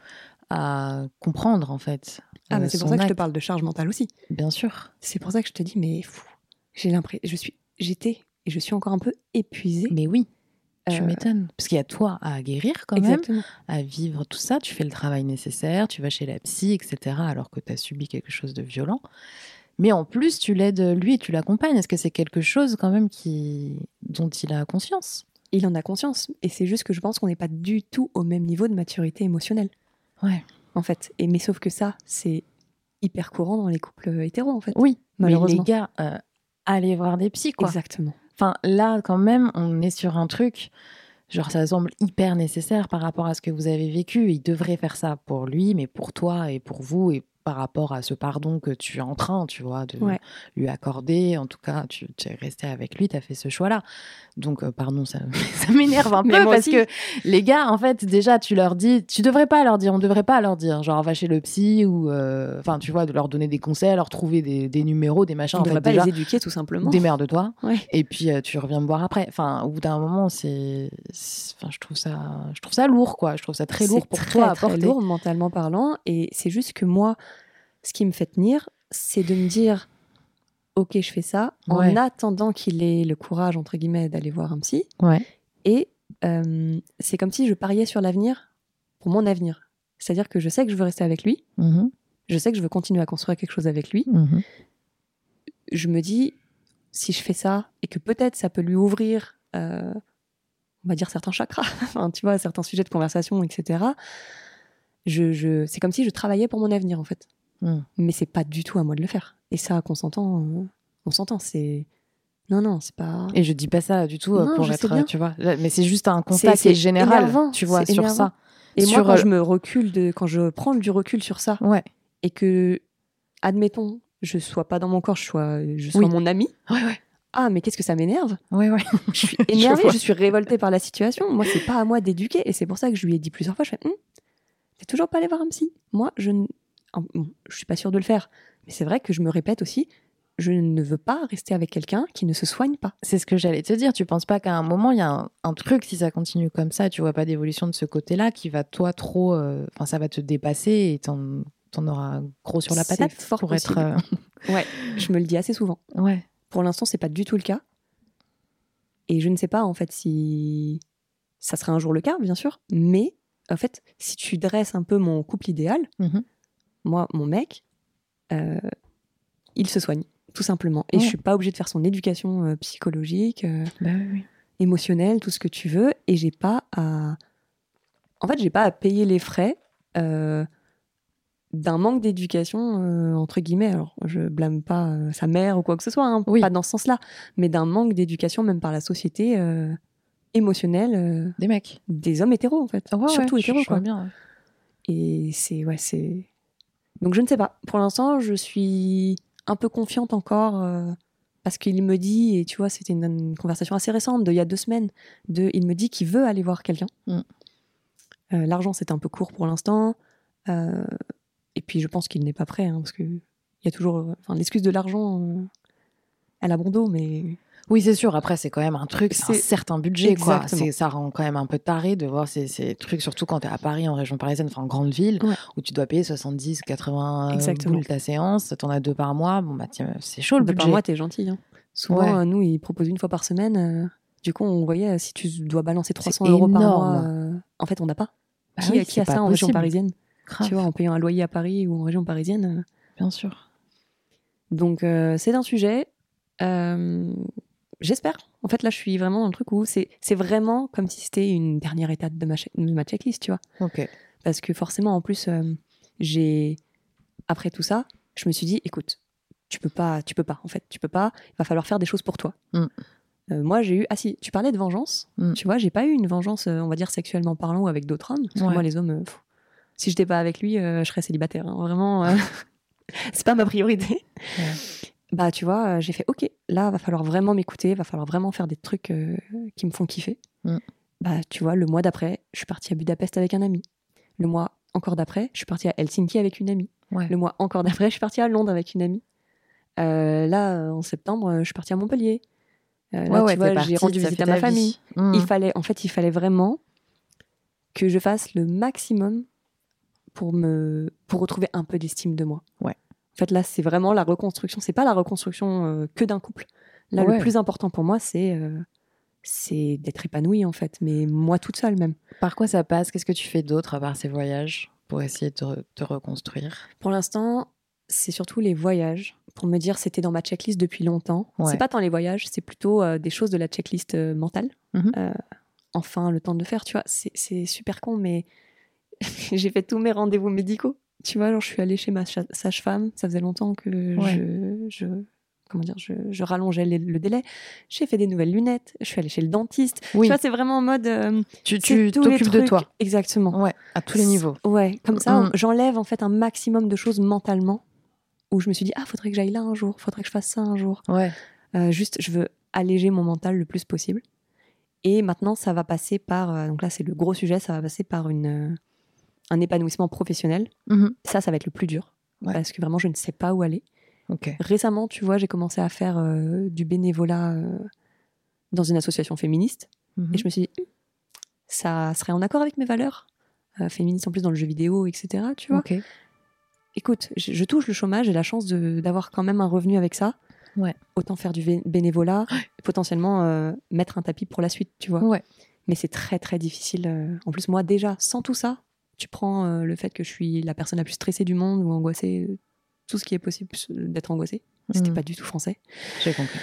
à comprendre, en fait. Mais c'est pour ça que je te parle de charge mentale aussi. Bien sûr. C'est pour ça que je te dis, mais j'ai l'impression, j'étais et je suis encore un peu épuisée. Mais oui, tu m'étonnes. Parce qu'il y a toi à guérir quand même, à vivre tout ça. Tu fais le travail nécessaire, tu vas chez la psy, etc. alors que tu as subi quelque chose de violent. Mais en plus, tu l'aides lui et tu l'accompagnes. Est-ce que c'est quelque chose quand même dont il a conscience? Il en a conscience. Et c'est juste que je pense qu'on n'est pas du tout au même niveau de maturité émotionnelle. Ouais. En fait. Mais sauf que ça, c'est hyper courant dans les couples hétéros, en fait. Oui, malheureusement. Mais les gars, allez voir des psys, quoi. Exactement. Enfin, là, quand même, on est sur un truc, genre, ça semble hyper nécessaire par rapport à ce que vous avez vécu. Il devrait faire ça pour lui, mais pour toi et pour vous, et par rapport à ce pardon que tu es en train, tu vois, de lui accorder. En tout cas, tu es resté avec lui, tu as fait ce choix-là. Donc, pardon, ça m'énerve un peu parce que les gars, en fait, déjà, tu leur dis, tu devrais pas leur dire, on devrait pas leur dire, genre, va chez le psy ou, enfin, tu vois, de leur donner des conseils, leur trouver des numéros, des machins. On devrait pas les éduquer, tout simplement. Démerde-toi. Et puis, tu reviens me voir après. Enfin, au bout d'un moment, je trouve ça lourd, quoi. Je trouve ça très lourd pour toi à porter. C'est très lourd, mentalement parlant. Et c'est juste que moi, ce qui me fait tenir, c'est de me dire, ok, je fais ça, en attendant qu'il ait le courage, entre guillemets, d'aller voir un psy. Et c'est comme si je pariais sur l'avenir pour mon avenir. C'est-à-dire que je sais que je veux rester avec lui. Je sais que je veux continuer à construire quelque chose avec lui. Je me dis, si je fais ça, et que peut-être ça peut lui ouvrir, on va dire, certains chakras, enfin, tu vois, certains sujets de conversation, etc., c'est comme si je travaillais pour mon avenir, en fait. Mais c'est pas du tout à moi de le faire. Et ça, qu'on s'entend, c'est... Non, c'est pas... Et je dis pas ça du tout non, pour être, tu vois. Mais c'est juste un constat qui est général, énervant, tu vois, sur énervant. ça. Et moi, quand je prends du recul sur ça, et que, admettons, je sois pas dans mon corps, je sois mon ami. Ah, mais qu'est-ce que ça m'énerve. Je suis énervée, je suis révoltée par la situation. Moi, c'est pas à moi d'éduquer. Et c'est pour ça que je lui ai dit plusieurs fois, je fais, t'es toujours pas allé voir un psy. Moi, je suis pas sûre de le faire. Mais c'est vrai que je me répète aussi, je ne veux pas rester avec quelqu'un qui ne se soigne pas. C'est ce que j'allais te dire. Tu penses pas qu'à un moment, il y a un truc, si ça continue comme ça, tu vois pas d'évolution de ce côté-là, qui va toi trop... ça va te dépasser et t'en auras gros sur la patate. C'est fort pour possible. être... Ouais, je me le dis assez souvent. Ouais. Pour l'instant, c'est pas du tout le cas. Et je ne sais pas, en fait, si ça sera un jour le cas, bien sûr. Mais, en fait, si tu dresses un peu mon couple idéal, moi, mon mec, il se soigne, tout simplement. Et je suis pas obligée de faire son éducation psychologique, émotionnelle, tout ce que tu veux. Et j'ai pas à payer les frais d'un manque d'éducation, entre guillemets. Alors, je blâme pas sa mère ou quoi que ce soit, hein, pas dans ce sens-là, mais d'un manque d'éducation, même par la société émotionnelle. Des mecs. Des hommes hétéros, en fait. Surtout hétéros, quoi. Bien, Et c'est... Donc, je ne sais pas. Pour l'instant, je suis un peu confiante encore, parce qu'il me dit, et tu vois, c'était une conversation assez récente, il y a 2 semaines, il me dit qu'il veut aller voir quelqu'un. L'argent, c'est un peu court pour l'instant. Et puis je pense qu'il n'est pas prêt, hein, parce que il y a toujours l'excuse de l'argent, elle a bon dos, mais oui, c'est sûr. Après, c'est quand même un truc, c'est un certain budget, quoi. Ça rend quand même un peu taré de voir ces trucs, surtout quand t'es à Paris, en région parisienne, en grande ville, où tu dois payer 70, 80 boules ta séance, t'en as 2 par mois. Bon, bah, tiens, c'est chaud le budget. 2 par mois, t'es gentil. Hein. Souvent, nous, ils proposent 1 fois par semaine. Du coup, on voyait, si tu dois balancer 300 € par mois, en fait, on n'a pas. Qui a ça en région parisienne? Grave. Tu vois, en payant un loyer à Paris ou en région parisienne. Bien sûr. Donc, c'est un sujet. J'espère. En fait, là, je suis vraiment dans le truc où c'est vraiment comme si c'était une dernière étape de ma checklist, tu vois. Ok. Parce que forcément, en plus, après tout ça, je me suis dit, écoute, tu peux pas, en fait. Tu peux pas. Il va falloir faire des choses pour toi. Moi, j'ai eu... Ah si, tu parlais de vengeance. Tu vois, j'ai pas eu une vengeance, on va dire, sexuellement parlant ou avec d'autres hommes. Parce que moi, les hommes... si j'étais pas avec lui, je serais célibataire. Hein. Vraiment, c'est pas ma priorité. Bah, tu vois, j'ai fait, ok, là, va falloir vraiment m'écouter, va falloir vraiment faire des trucs qui me font kiffer. Bah, tu vois, le mois d'après, je suis partie à Budapest avec un ami. Le mois encore d'après, je suis partie à Helsinki avec une amie. Le mois encore d'après, je suis partie à Londres avec une amie. Là, en septembre, je suis partie à Montpellier. Là, tu vois, j'ai rendu visite à ma famille. Il fallait vraiment que je fasse le maximum pour retrouver un peu d'estime de moi. En fait, là, c'est vraiment la reconstruction. C'est pas la reconstruction que d'un couple. Là, le plus important pour moi, c'est d'être épanouie, en fait. Mais moi, toute seule, même. Par quoi ça passe? Qu'est-ce que tu fais d'autre à part ces voyages pour essayer de te reconstruire? Pour l'instant, c'est surtout les voyages. Pour me dire, c'était dans ma checklist depuis longtemps. C'est pas tant les voyages, c'est plutôt des choses de la checklist mentale. Enfin, le temps de le faire, tu vois. C'est super con, mais j'ai fait tous mes rendez-vous médicaux. Tu vois, genre, je suis allée chez ma sage-femme. Ça faisait longtemps que je rallongeais le délai. J'ai fait des nouvelles lunettes. Je suis allée chez le dentiste. Tu vois, c'est vraiment en mode... tu t'occupes de toi. Exactement. Ouais, à tous les niveaux. Ouais, comme ça, j'enlève en fait un maximum de choses mentalement où je me suis dit, faudrait que j'aille là un jour. Faudrait que je fasse ça un jour. Ouais. Juste, je veux alléger mon mental le plus possible. Et maintenant, ça va passer par... donc là, c'est le gros sujet. Ça va passer par un épanouissement professionnel. Ça va être le plus dur. Parce que vraiment, je ne sais pas où aller. Récemment, tu vois, j'ai commencé à faire du bénévolat dans une association féministe. Et je me suis dit, ça serait en accord avec mes valeurs. Féministes en plus dans le jeu vidéo, etc. Tu vois. Écoute, je touche le chômage, j'ai la chance d'avoir quand même un revenu avec ça. Autant faire du bénévolat, potentiellement mettre un tapis pour la suite, tu vois. Mais c'est très, très difficile. En plus, moi, déjà, sans tout ça, tu prends le fait que je suis la personne la plus stressée du monde ou angoissée, tout ce qui est possible d'être angoissée. C'était pas du tout français. J'ai compris.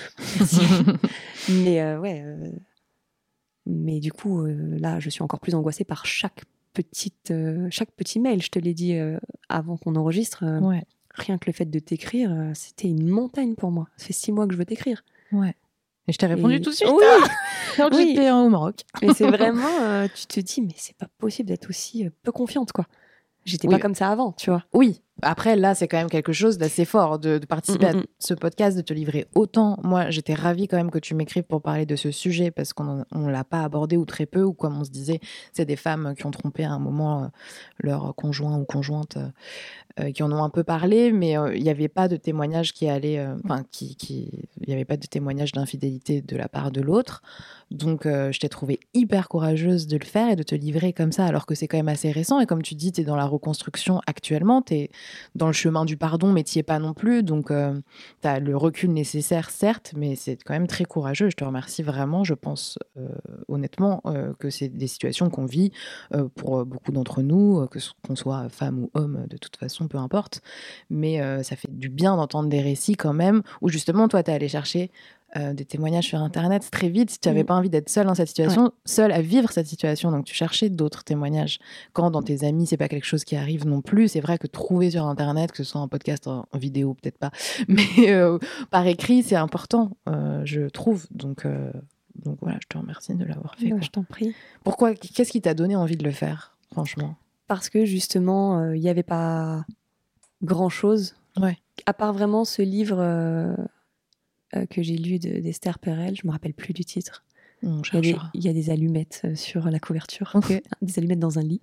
Mais mais du coup, là, je suis encore plus angoissée par chaque petit mail, je te l'ai dit avant qu'on enregistre, rien que le fait de t'écrire, c'était une montagne pour moi. Ça fait 6 mois que je veux t'écrire. Ouais. Et je t'ai répondu tout de suite. Oui. Alors que j'étais au Maroc. Mais c'est vraiment, tu te dis, mais c'est pas possible d'être aussi peu confiante, quoi. J'étais pas comme ça avant, tu vois. Oui. Après, là, c'est quand même quelque chose d'assez fort de participer à ce podcast, de te livrer autant. Moi, j'étais ravie quand même que tu m'écrives pour parler de ce sujet parce qu'on ne l'a pas abordé ou très peu, ou comme on se disait, c'est des femmes qui ont trompé à un moment leur conjoint ou conjointe, qui en ont un peu parlé, mais il n'y avait pas de témoignage qui allait... il n'y avait pas de témoignage d'infidélité de la part de l'autre. Donc, je t'ai trouvée hyper courageuse de le faire et de te livrer comme ça, alors que c'est quand même assez récent. Et comme tu dis, tu es dans la reconstruction actuellement, tu es dans le chemin du pardon, mais tu n'y es pas non plus. Donc, tu as le recul nécessaire, certes, mais c'est quand même très courageux. Je te remercie vraiment. Je pense honnêtement que c'est des situations qu'on vit pour beaucoup d'entre nous, qu'on soit femme ou homme, de toute façon, peu importe. Mais ça fait du bien d'entendre des récits quand même, où justement, toi, tu es allé chercher des témoignages sur Internet très vite, si tu n'avais pas envie d'être seule dans cette situation, seule à vivre cette situation. Donc, tu cherchais d'autres témoignages. Quand dans tes amis, c'est pas quelque chose qui arrive non plus, c'est vrai que trouver sur Internet, que ce soit un podcast en vidéo, peut-être pas, mais par écrit, c'est important, je trouve. Donc voilà, je te remercie de l'avoir fait. Je t'en prie. Pourquoi ? Qu'est-ce qui t'a donné envie de le faire, franchement ? Parce que justement, il n'y avait pas grand-chose, à part vraiment ce livre que j'ai lu d'Esther Perel, je me rappelle plus du titre. Il y a des allumettes sur la couverture, des allumettes dans un lit.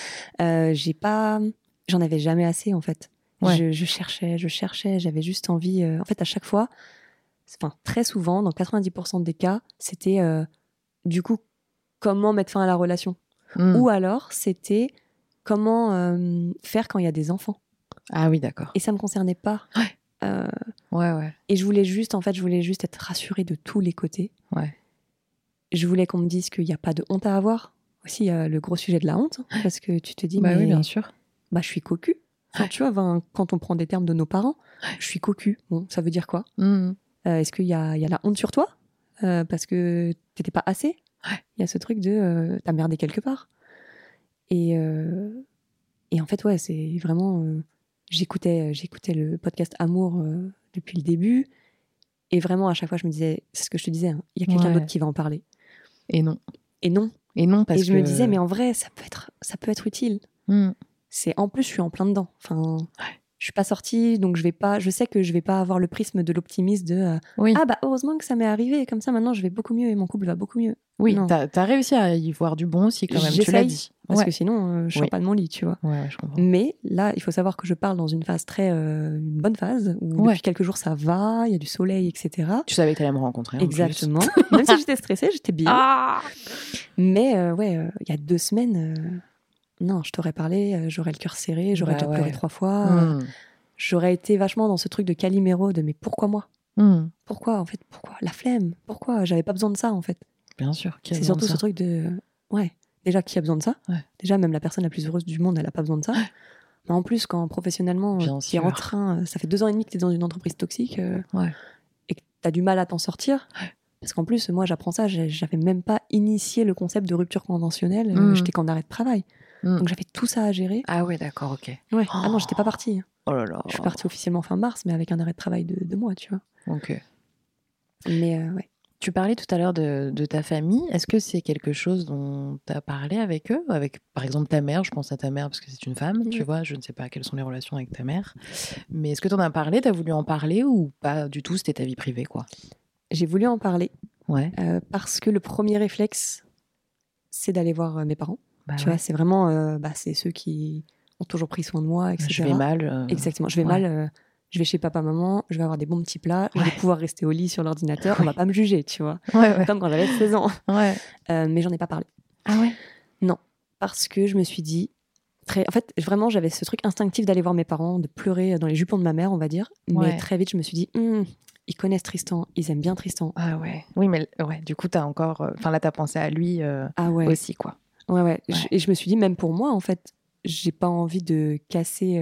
J'en avais jamais assez en fait. Je cherchais, j'avais juste envie. En fait, à chaque fois, très souvent, dans 90% des cas, c'était du coup comment mettre fin à la relation, ou alors c'était comment faire quand il y a des enfants. Ah oui, d'accord. Et ça me concernait pas. Et je voulais juste être rassurée de tous les côtés. Je voulais qu'on me dise qu'il n'y a pas de honte à avoir. Aussi, il y a le gros sujet de la honte, parce que tu te dis, oui, bien sûr. Je suis cocu. Enfin, tu vois, quand on prend des termes de nos parents, je suis cocu. Bon, ça veut dire quoi ? Est-ce qu'il y a la honte sur toi parce que t'étais pas assez ? Il y a ce truc de t'as merdé quelque part. Et en fait, c'est vraiment... J'écoutais le podcast Amour depuis le début. Et vraiment, à chaque fois, je me disais, c'est ce que je te disais, il y a quelqu'un d'autre qui va en parler. Et non. Parce que je me disais, mais en vrai, ça peut être utile. En plus, je suis en plein dedans. Enfin, je suis pas sortie, donc je sais que je vais pas avoir le prisme de l'optimisme de heureusement que ça m'est arrivé, comme ça maintenant je vais beaucoup mieux et mon couple va beaucoup mieux. Oui, t'as réussi à y voir du bon aussi quand même, tu l'as dit. Parce que sinon, je sors pas de mon lit, tu vois. Je comprends. Mais là, il faut savoir que je parle dans une phase une bonne phase, où depuis quelques jours ça va, il y a du soleil, etc. Tu savais que t'allais me rencontrer. Exactement. Même si j'étais stressée, j'étais bien. Mais il y a 2 semaines... Non, je t'aurais parlé, j'aurais le cœur serré, j'aurais déjà pleuré 3 fois. J'aurais été vachement dans ce truc de Calimero, de mais pourquoi moi ? Pourquoi, en fait ? Pourquoi ? La flemme ? Pourquoi ? J'avais pas besoin de ça, en fait. Bien sûr. C'est surtout ce truc de... déjà, qui a besoin de ça ? Déjà, même la personne la plus heureuse du monde, elle a pas besoin de ça. Mais en plus, quand professionnellement, t'es en train... Ça fait 2 ans et demi que t'es dans une entreprise toxique et que t'as du mal à t'en sortir... Parce qu'en plus, moi, j'apprends ça, j'avais même pas initié le concept de rupture conventionnelle, j'étais qu'en arrêt de travail. Donc j'avais tout ça à gérer. Ah ouais, d'accord, ok. Ah non, j'étais pas partie. Oh là là. Je suis partie officiellement fin mars, mais avec un arrêt de travail de 2 mois, tu vois. Ok. Mais Tu parlais tout à l'heure de ta famille. Est-ce que c'est quelque chose dont tu as parlé avec eux ? Avec, par exemple, ta mère, je pense à ta mère parce que c'est une femme, tu vois, je ne sais pas quelles sont les relations avec ta mère. Mais est-ce que tu en as parlé ? Tu as voulu en parler ou pas du tout ? C'était ta vie privée, quoi. J'ai voulu en parler parce que le premier réflexe, c'est d'aller voir mes parents. Tu vois, c'est vraiment c'est ceux qui ont toujours pris soin de moi, etc. Je vais mal. Exactement, je vais mal. Je vais chez papa-maman, je vais avoir des bons petits plats, je vais pouvoir rester au lit sur l'ordinateur, on va pas me juger, tu vois. Comme quand j'avais 16 ans. Mais j'en ai pas parlé. Ah ouais ? Non, parce que je me suis dit... En fait, vraiment, j'avais ce truc instinctif d'aller voir mes parents, de pleurer dans les jupons de ma mère, on va dire. Mais très vite, je me suis dit... Ils connaissent Tristan, ils aiment bien Tristan. Ah ouais. Oui, mais du coup, t'as encore... Enfin, là, t'as pensé à lui aussi, quoi. Ouais. Et je me suis dit, même pour moi, en fait, j'ai pas envie de casser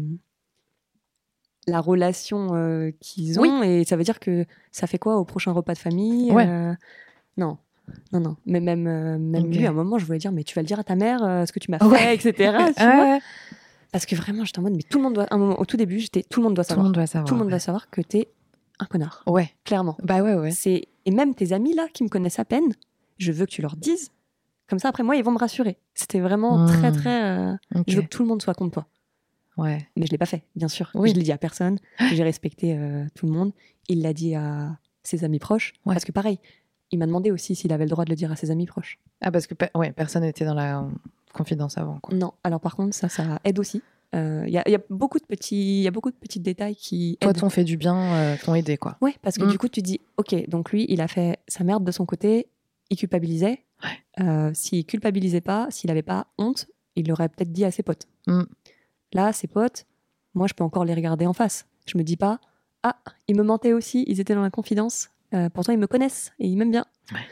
la relation qu'ils ont. Et ça veut dire que ça fait quoi au prochain repas de famille ? Non. Non. Mais même lui, à un moment, je voulais dire, mais tu vas le dire à ta mère, ce que tu m'as Ouais. fait, etc. Tu vois. Parce que vraiment, j'étais en mode, mais tout le monde doit. À un moment, au tout début, tout le monde doit savoir. Tout le monde doit savoir. Tout le monde doit savoir que t'es un connard. Ouais. Clairement. Bah ouais. Et même tes amis là, qui me connaissent à peine, je veux que tu leur dises. Comme ça, après moi, ils vont me rassurer. C'était vraiment très, très. Ok. Je veux que tout le monde soit contre toi. Ouais. Mais je l'ai pas fait, bien sûr. Oui. Je l'ai dit à personne. J'ai respecté tout le monde. Il l'a dit à ses amis proches. Ouais. Parce que pareil, il m'a demandé aussi s'il avait le droit de le dire à ses amis proches. Ah, parce que personne n'était dans la confidence avant, quoi. Non. Alors par contre, ça aide aussi. Il y a beaucoup de petits détails qui Toi, aident. t'ont fait du bien, t'ont aidé, quoi. Ouais, parce que du coup, tu te dis, ok, donc lui, il a fait sa merde de son côté, il culpabilisait. S'il culpabilisait pas, s'il avait pas honte, il l'aurait peut-être dit à ses potes. Là, ses potes, moi, je peux encore les regarder en face. Je me dis pas, ah, ils me mentaient aussi, ils étaient dans la confidence. Pourtant, ils me connaissent et ils m'aiment bien.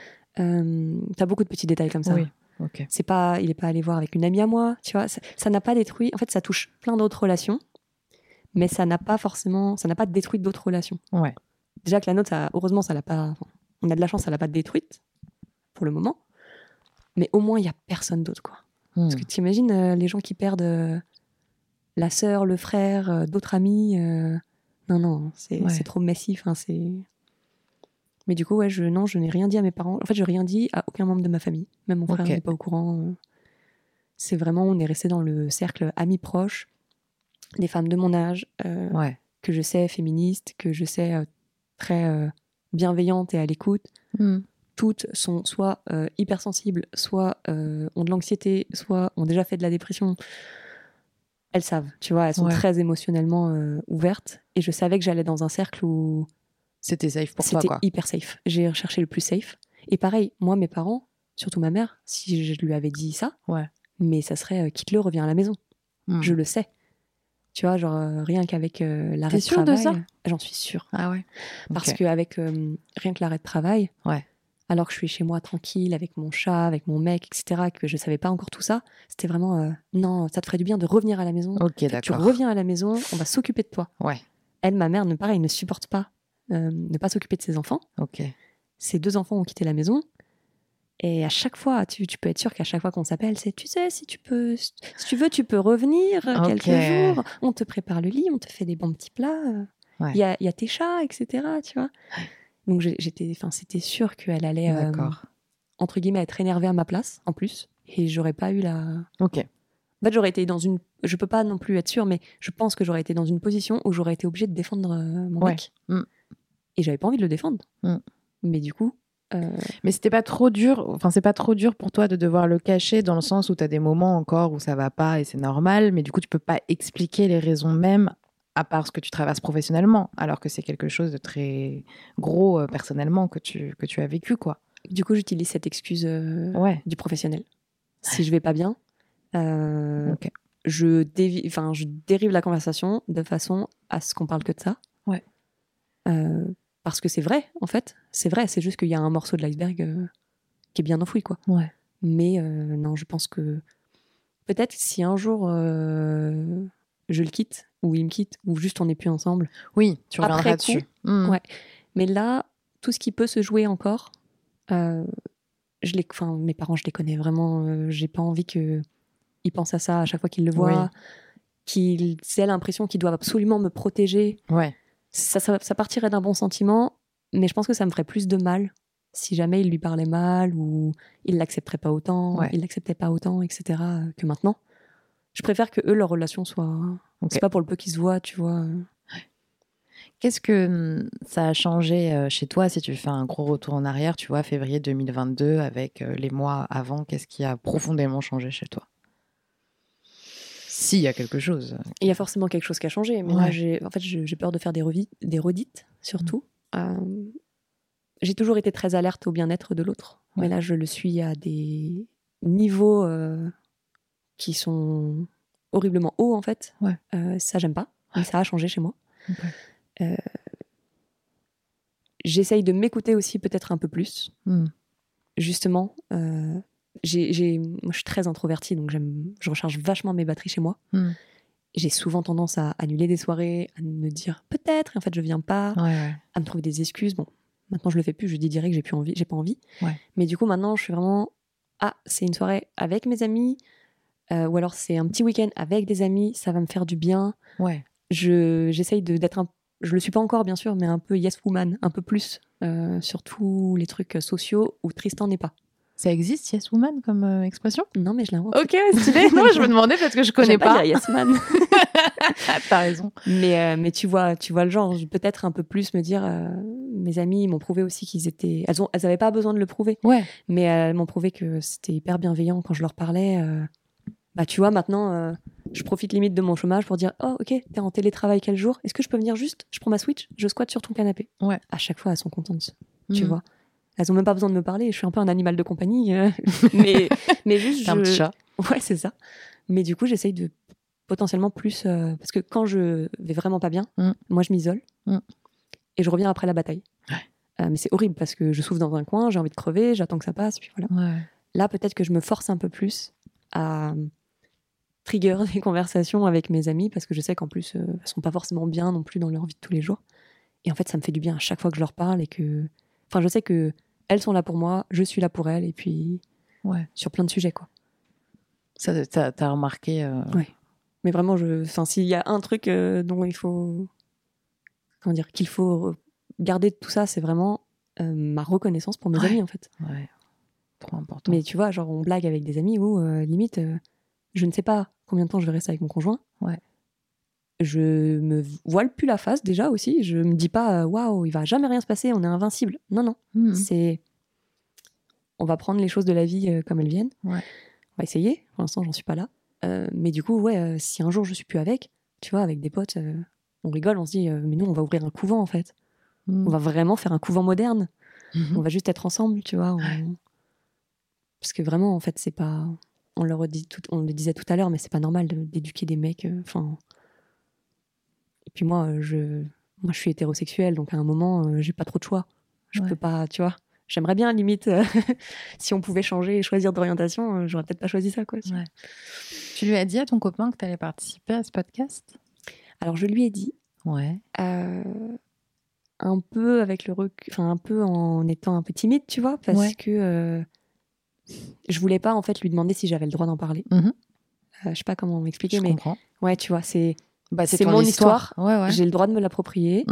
T'as beaucoup de petits détails comme ça. Oui. Okay. Il est pas allé voir avec une amie à moi, tu vois. Ça n'a pas détruit. En fait, ça touche plein d'autres relations, mais ça n'a pas détruit d'autres relations. Ouais. Déjà que la nôtre, heureusement, ça l'a pas. On a de la chance, ça l'a pas détruite pour le moment. Mais au moins, il y a personne d'autre, quoi. Parce que t'imagines les gens qui perdent la sœur, le frère, d'autres amis. Non, c'est trop massif. Mais du coup, je n'ai rien dit à mes parents. En fait, je n'ai rien dit à aucun membre de ma famille. Même mon frère n'est pas au courant. C'est vraiment, on est resté dans le cercle amis proches, des femmes de mon âge, que je sais féministes, que je sais très bienveillantes et à l'écoute. Toutes sont soit hypersensibles, soit ont de l'anxiété, soit ont déjà fait de la dépression. Elles savent, tu vois, elles sont très émotionnellement ouvertes. Et je savais que j'allais dans un cercle où c'était safe pour toi, quoi. C'était hyper safe. J'ai recherché le plus safe. Et pareil, moi, mes parents, surtout ma mère, si je lui avais dit ça, mais ça serait quitte-le, reviens à la maison. Je le sais. Tu vois, genre rien qu'avec l'arrêt de travail. T'es sûre de ça ? J'en suis sûre. Ah ouais. Parce qu'avec rien que l'arrêt de travail, alors que je suis chez moi tranquille, avec mon chat, avec mon mec, etc., que je savais pas encore tout ça, c'était vraiment non, ça te ferait du bien de revenir à la maison. Ok, d'accord. Tu reviens à la maison, on va s'occuper de toi. Elle, ma mère, pareil, ne supporte pas ne pas s'occuper de ses enfants. Ses 2 enfants ont quitté la maison. Et à chaque fois, tu peux être sûr qu'à chaque fois qu'on s'appelle, c'est tu sais, si tu veux, tu peux revenir quelques jours. On te prépare le lit, on te fait des bons petits plats. Il y a tes chats, etc. Tu vois. Donc c'était sûr qu'elle allait entre guillemets être énervée à ma place en plus, et j'aurais pas eu la. En fait, j'aurais été dans une. Je peux pas non plus être sûre, mais je pense que j'aurais été dans une position où j'aurais été obligée de défendre mon mec. Et j'avais pas envie de le défendre. Mais du coup. Mais c'était pas trop dur. Enfin, c'est pas trop dur pour toi de devoir le cacher, dans le sens où t'as des moments encore où ça va pas et c'est normal, mais du coup tu peux pas expliquer les raisons mêmes à part ce que tu traverses professionnellement, alors que c'est quelque chose de très gros personnellement que tu as vécu, quoi. Du coup, j'utilise cette excuse du professionnel. Si je vais pas bien, je dérive la conversation de façon à ce qu'on parle que de ça. Parce que c'est vrai, en fait. C'est vrai, c'est juste qu'il y a un morceau de l'iceberg qui est bien enfoui, quoi. Mais non, je pense que peut-être si un jour je le quitte, ou il me quitte, ou juste on n'est plus ensemble. Oui, tu reviendras dessus. Mais là, tout ce qui peut se jouer encore, mes parents, je les connais vraiment. J'ai pas envie qu'ils pensent à ça à chaque fois qu'ils le voient, qu'ils aient l'impression qu'ils doivent absolument me protéger. Ça partirait d'un bon sentiment, mais je pense que ça me ferait plus de mal si jamais il lui parlait mal ou il l'accepterait pas autant, il l'acceptait pas autant, etc. que maintenant. Je préfère que eux, leur relation soit. C'est pas pour le peu qu'ils se voient, tu vois. Qu'est-ce que ça a changé chez toi si tu fais un gros retour en arrière, tu vois, février 2022 avec les mois avant, qu'est-ce qui a profondément changé chez toi ? S'il y a quelque chose. Il y a forcément quelque chose qui a changé, mais là, j'ai peur de faire des redites, surtout. J'ai toujours été très alerte au bien-être de l'autre, mais là, je le suis à des niveaux qui sont horriblement hauts, en fait. Ça, j'aime pas, mais ça a changé chez moi. J'essaye de m'écouter aussi peut-être un peu plus. Justement, moi, je suis très introvertie, donc je recharge vachement mes batteries chez moi. J'ai souvent tendance à annuler des soirées, à me dire peut-être, et en fait je viens pas, à me trouver des excuses. Bon, Maintenant, je le fais plus. Je dis direct, j'ai pas envie. Ouais. Mais du coup, maintenant, je suis vraiment, c'est une soirée avec mes amis, ou alors c'est un petit week-end avec des amis. Ça va me faire du bien. Ouais. J'essaye d'être je le suis pas encore, bien sûr, mais un peu yes woman, un peu plus sur tous les trucs sociaux où Tristan n'est pas. Ça existe, yes woman, comme expression? Non, mais je l'invente. Ok, stylé. Non, je me demandais parce que je connais pas. Dire yes man. T'as raison. Mais tu vois le genre. Peut-être un peu plus me dire. Mes amis m'ont prouvé aussi qu'ils étaient. Elles avaient pas besoin de le prouver. Ouais. Mais elles m'ont prouvé que c'était hyper bienveillant quand je leur parlais. Bah tu vois, maintenant, je profite limite de mon chômage pour dire oh ok, t'es en télétravail quel jour? Est-ce que je peux venir juste? Je prends ma Switch, je squatte sur ton canapé. Ouais. À chaque fois, elles sont contentes. Tu vois. Elles ont même pas besoin de me parler. Je suis un peu un animal de compagnie, mais juste. Un petit chat. Ouais, c'est ça. Mais du coup, j'essaye de potentiellement plus parce que quand je vais vraiment pas bien, moi je m'isole et je reviens après la bataille. Ouais. Mais c'est horrible parce que je souffre dans un coin, j'ai envie de crever, j'attends que ça passe, puis voilà. Ouais. Là, peut-être que je me force un peu plus à trigger des conversations avec mes amis parce que je sais qu'en plus elles sont pas forcément bien non plus dans leur vie de tous les jours. Et en fait, ça me fait du bien à chaque fois que je leur parle et que, enfin, je sais que elles sont là pour moi, je suis là pour elles et puis sur plein de sujets quoi. Ça, t'as remarqué. Ouais. Mais vraiment, s'il y a un truc dont il faut, qu'il faut garder de tout ça, c'est vraiment ma reconnaissance pour mes amis en fait. Ouais. Trop important. Mais tu vois, genre on blague avec des amis où limite, je ne sais pas combien de temps je vais rester avec mon conjoint. Ouais. Je me voile plus la face déjà aussi. Je me dis pas waouh, il va jamais rien se passer, on est invincible. Non non, on va prendre les choses de la vie comme elles viennent. Ouais. On va essayer. Pour l'instant, j'en suis pas là. Mais du coup, si un jour je suis plus avec, tu vois, avec des potes, on rigole, on se dit, mais nous, on va ouvrir un couvent en fait. On va vraiment faire un couvent moderne. On va juste être ensemble, tu vois. Parce que vraiment, en fait, c'est pas. On le disait tout à l'heure, mais c'est pas normal d'éduquer des mecs. Et puis moi, je suis hétérosexuelle, donc à un moment, j'ai pas trop de choix. Je peux pas, tu vois. J'aimerais bien, limite, si on pouvait changer et choisir d'orientation, j'aurais peut-être pas choisi ça, quoi. Ouais. Tu lui as dit à ton copain que tu allais participer à ce podcast? Alors, je lui ai dit. Ouais. Un peu avec le recul, enfin, un peu en étant un peu timide, tu vois, parce que je voulais pas, en fait, lui demander si j'avais le droit d'en parler. Je sais pas comment m'expliquer, mais. Comprends. Ouais, tu vois, c'est ton mon histoire. Ouais. J'ai le droit de me l'approprier.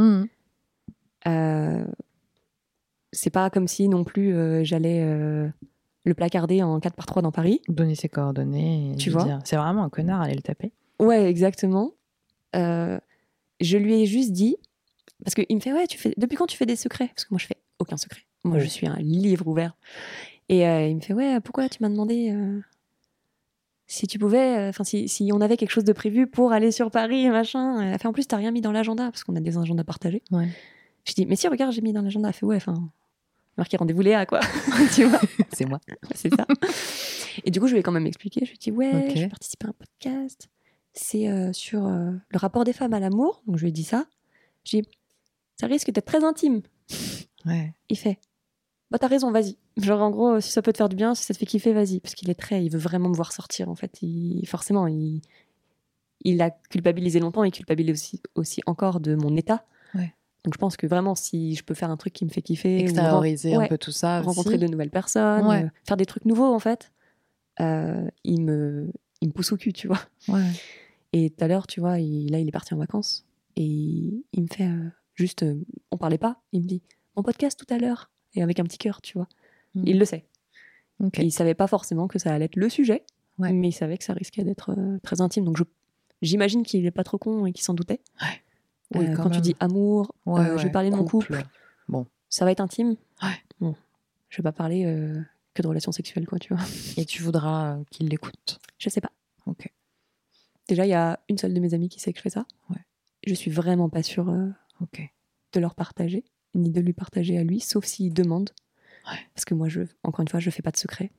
C'est pas comme si non plus j'allais le placarder en 4x3 dans Paris. Donner ses coordonnées. Tu vois. C'est vraiment un connard, aller le taper. Ouais, exactement. Je lui ai juste dit, parce qu'il me fait, depuis quand tu fais des secrets? Parce que moi, je fais aucun secret. Moi, je suis un livre ouvert. Et il me fait, pourquoi tu m'as demandé si tu pouvais, si on avait quelque chose de prévu pour aller sur Paris, machin. Elle fait, en plus, t'as rien mis dans l'agenda, parce qu'on a des agendas partagés. Ouais. Je dis, mais si, regarde, j'ai mis dans l'agenda. Elle fait, marqué rendez-vous Léa, quoi. Tu vois. C'est moi. C'est ça. Et du coup, je lui ai quand même expliqué. Je lui ai dit, je vais participer à un podcast. C'est sur le rapport des femmes à l'amour. Donc, je lui ai dit ça. Je lui ai dit, ça risque d'être très intime. Ouais. Il fait, t'as raison, vas-y. Genre, en gros, si ça peut te faire du bien, si ça te fait kiffer, vas-y. Parce il veut vraiment me voir sortir, en fait. Forcément, il a culpabilisé longtemps. Il culpabilise aussi encore de mon état. Ouais. Donc, je pense que vraiment, si je peux faire un truc qui me fait kiffer, extérioriser un peu tout ça, rencontrer de nouvelles personnes, faire des trucs nouveaux, en fait, il me pousse au cul, tu vois. Ouais. Et tout à l'heure, tu vois, il est parti en vacances et il me fait juste, on parlait pas, il me dit, mon podcast tout à l'heure, et avec un petit cœur, tu vois. Il le sait. Okay. Et il savait pas forcément que ça allait être le sujet, mais il savait que ça risquait d'être très intime. Donc j'imagine qu'il est pas trop con et qu'il s'en doutait. Ouais. Oui, quand tu dis amour, je vais parler de mon couple. Bon. Ça va être intime. Ouais. Bon. Je vais pas parler que de relations sexuelles, quoi, tu vois. Et tu voudras qu'il l'écoute? Je sais pas. Ok. Déjà, il y a une seule de mes amies qui sait que je fais ça. Ouais. Je suis vraiment pas sûre de leur partager, ni de lui partager à lui, sauf s'il demande. Ouais. Parce que moi, encore une fois, je fais pas de secret.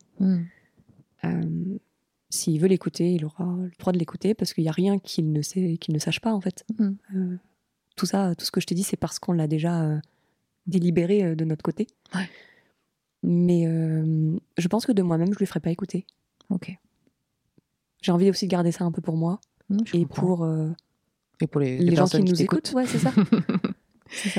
S'il veut l'écouter, il aura le droit de l'écouter, parce qu'il y a rien qu'il ne sache pas, en fait. Tout ça, tout ce que je t'ai dit, c'est parce qu'on l'a déjà délibéré de notre côté. Ouais. Mais je pense que de moi-même, je lui ferai pas écouter. Ok. J'ai envie aussi de garder ça un peu pour moi et pour les gens qui nous écoutent. Ouais, c'est ça. C'est ça.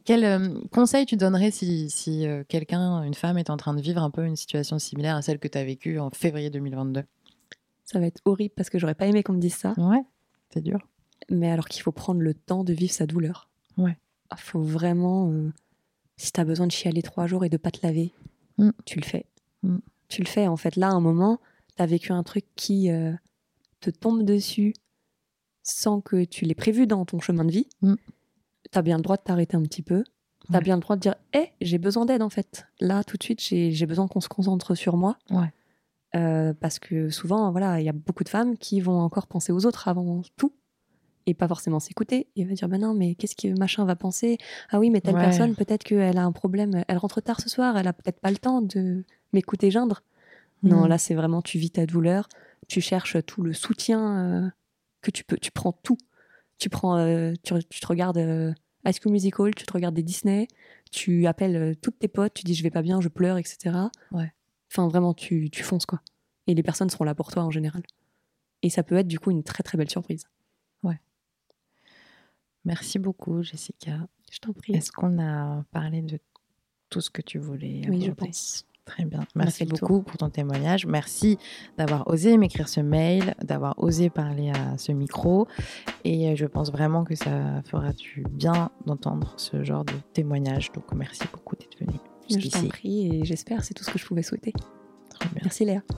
Quel conseil tu donnerais si quelqu'un, une femme, est en train de vivre un peu une situation similaire à celle que tu as vécue en février 2022 ? Ça va être horrible parce que j'aurais pas aimé qu'on me dise ça. Ouais, c'est dur. Mais alors qu'il faut prendre le temps de vivre sa douleur. Ouais. Il faut vraiment... si tu as besoin de chialer 3 jours et de pas te laver, tu le fais. Tu le fais, en fait. Là, à un moment, tu as vécu un truc qui te tombe dessus sans que tu l'aies prévu dans ton chemin de vie. Tu as bien le droit de t'arrêter un petit peu. Tu as bien le droit de dire « j'ai besoin d'aide, en fait. Là, tout de suite, j'ai besoin qu'on se concentre sur moi. » parce que souvent, voilà, il y a beaucoup de femmes qui vont encore penser aux autres avant tout et pas forcément s'écouter. Il va dire non, mais qu'est-ce que machin va penser ? Ah oui, mais telle personne, peut-être qu'elle a un problème, elle rentre tard ce soir, elle a peut-être pas le temps de m'écouter geindre. Non, là, c'est vraiment, tu vis ta douleur, tu cherches tout le soutien que tu peux, tu prends tout. Tu te regardes High School Musical, tu te regardes des Disney, tu appelles toutes tes potes, tu dis je vais pas bien, je pleure, etc. Enfin, vraiment, tu fonces, quoi. Et les personnes seront là pour toi, en général. Et ça peut être, du coup, une très, très belle surprise. Ouais. Merci beaucoup, Jessica. Je t'en prie. Est-ce qu'on a parlé de tout ce que tu voulais aborder ? Oui, je pense. Très bien. Merci beaucoup pour ton témoignage. Merci d'avoir osé m'écrire ce mail, d'avoir osé parler à ce micro. Et je pense vraiment que ça fera du bien d'entendre ce genre de témoignage. Donc, merci beaucoup d'être venue. Je t'en prie et j'espère, c'est tout ce que je pouvais souhaiter. Très bien. Merci Léa.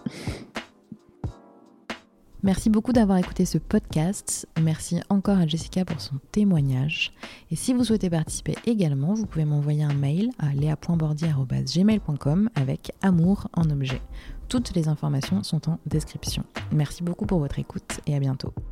Merci beaucoup d'avoir écouté ce podcast. Merci encore à Jessica pour son témoignage. Et si vous souhaitez participer également, vous pouvez m'envoyer un mail à lea.bordier@gmail.com avec amour en objet. Toutes les informations sont en description. Merci beaucoup pour votre écoute et à bientôt.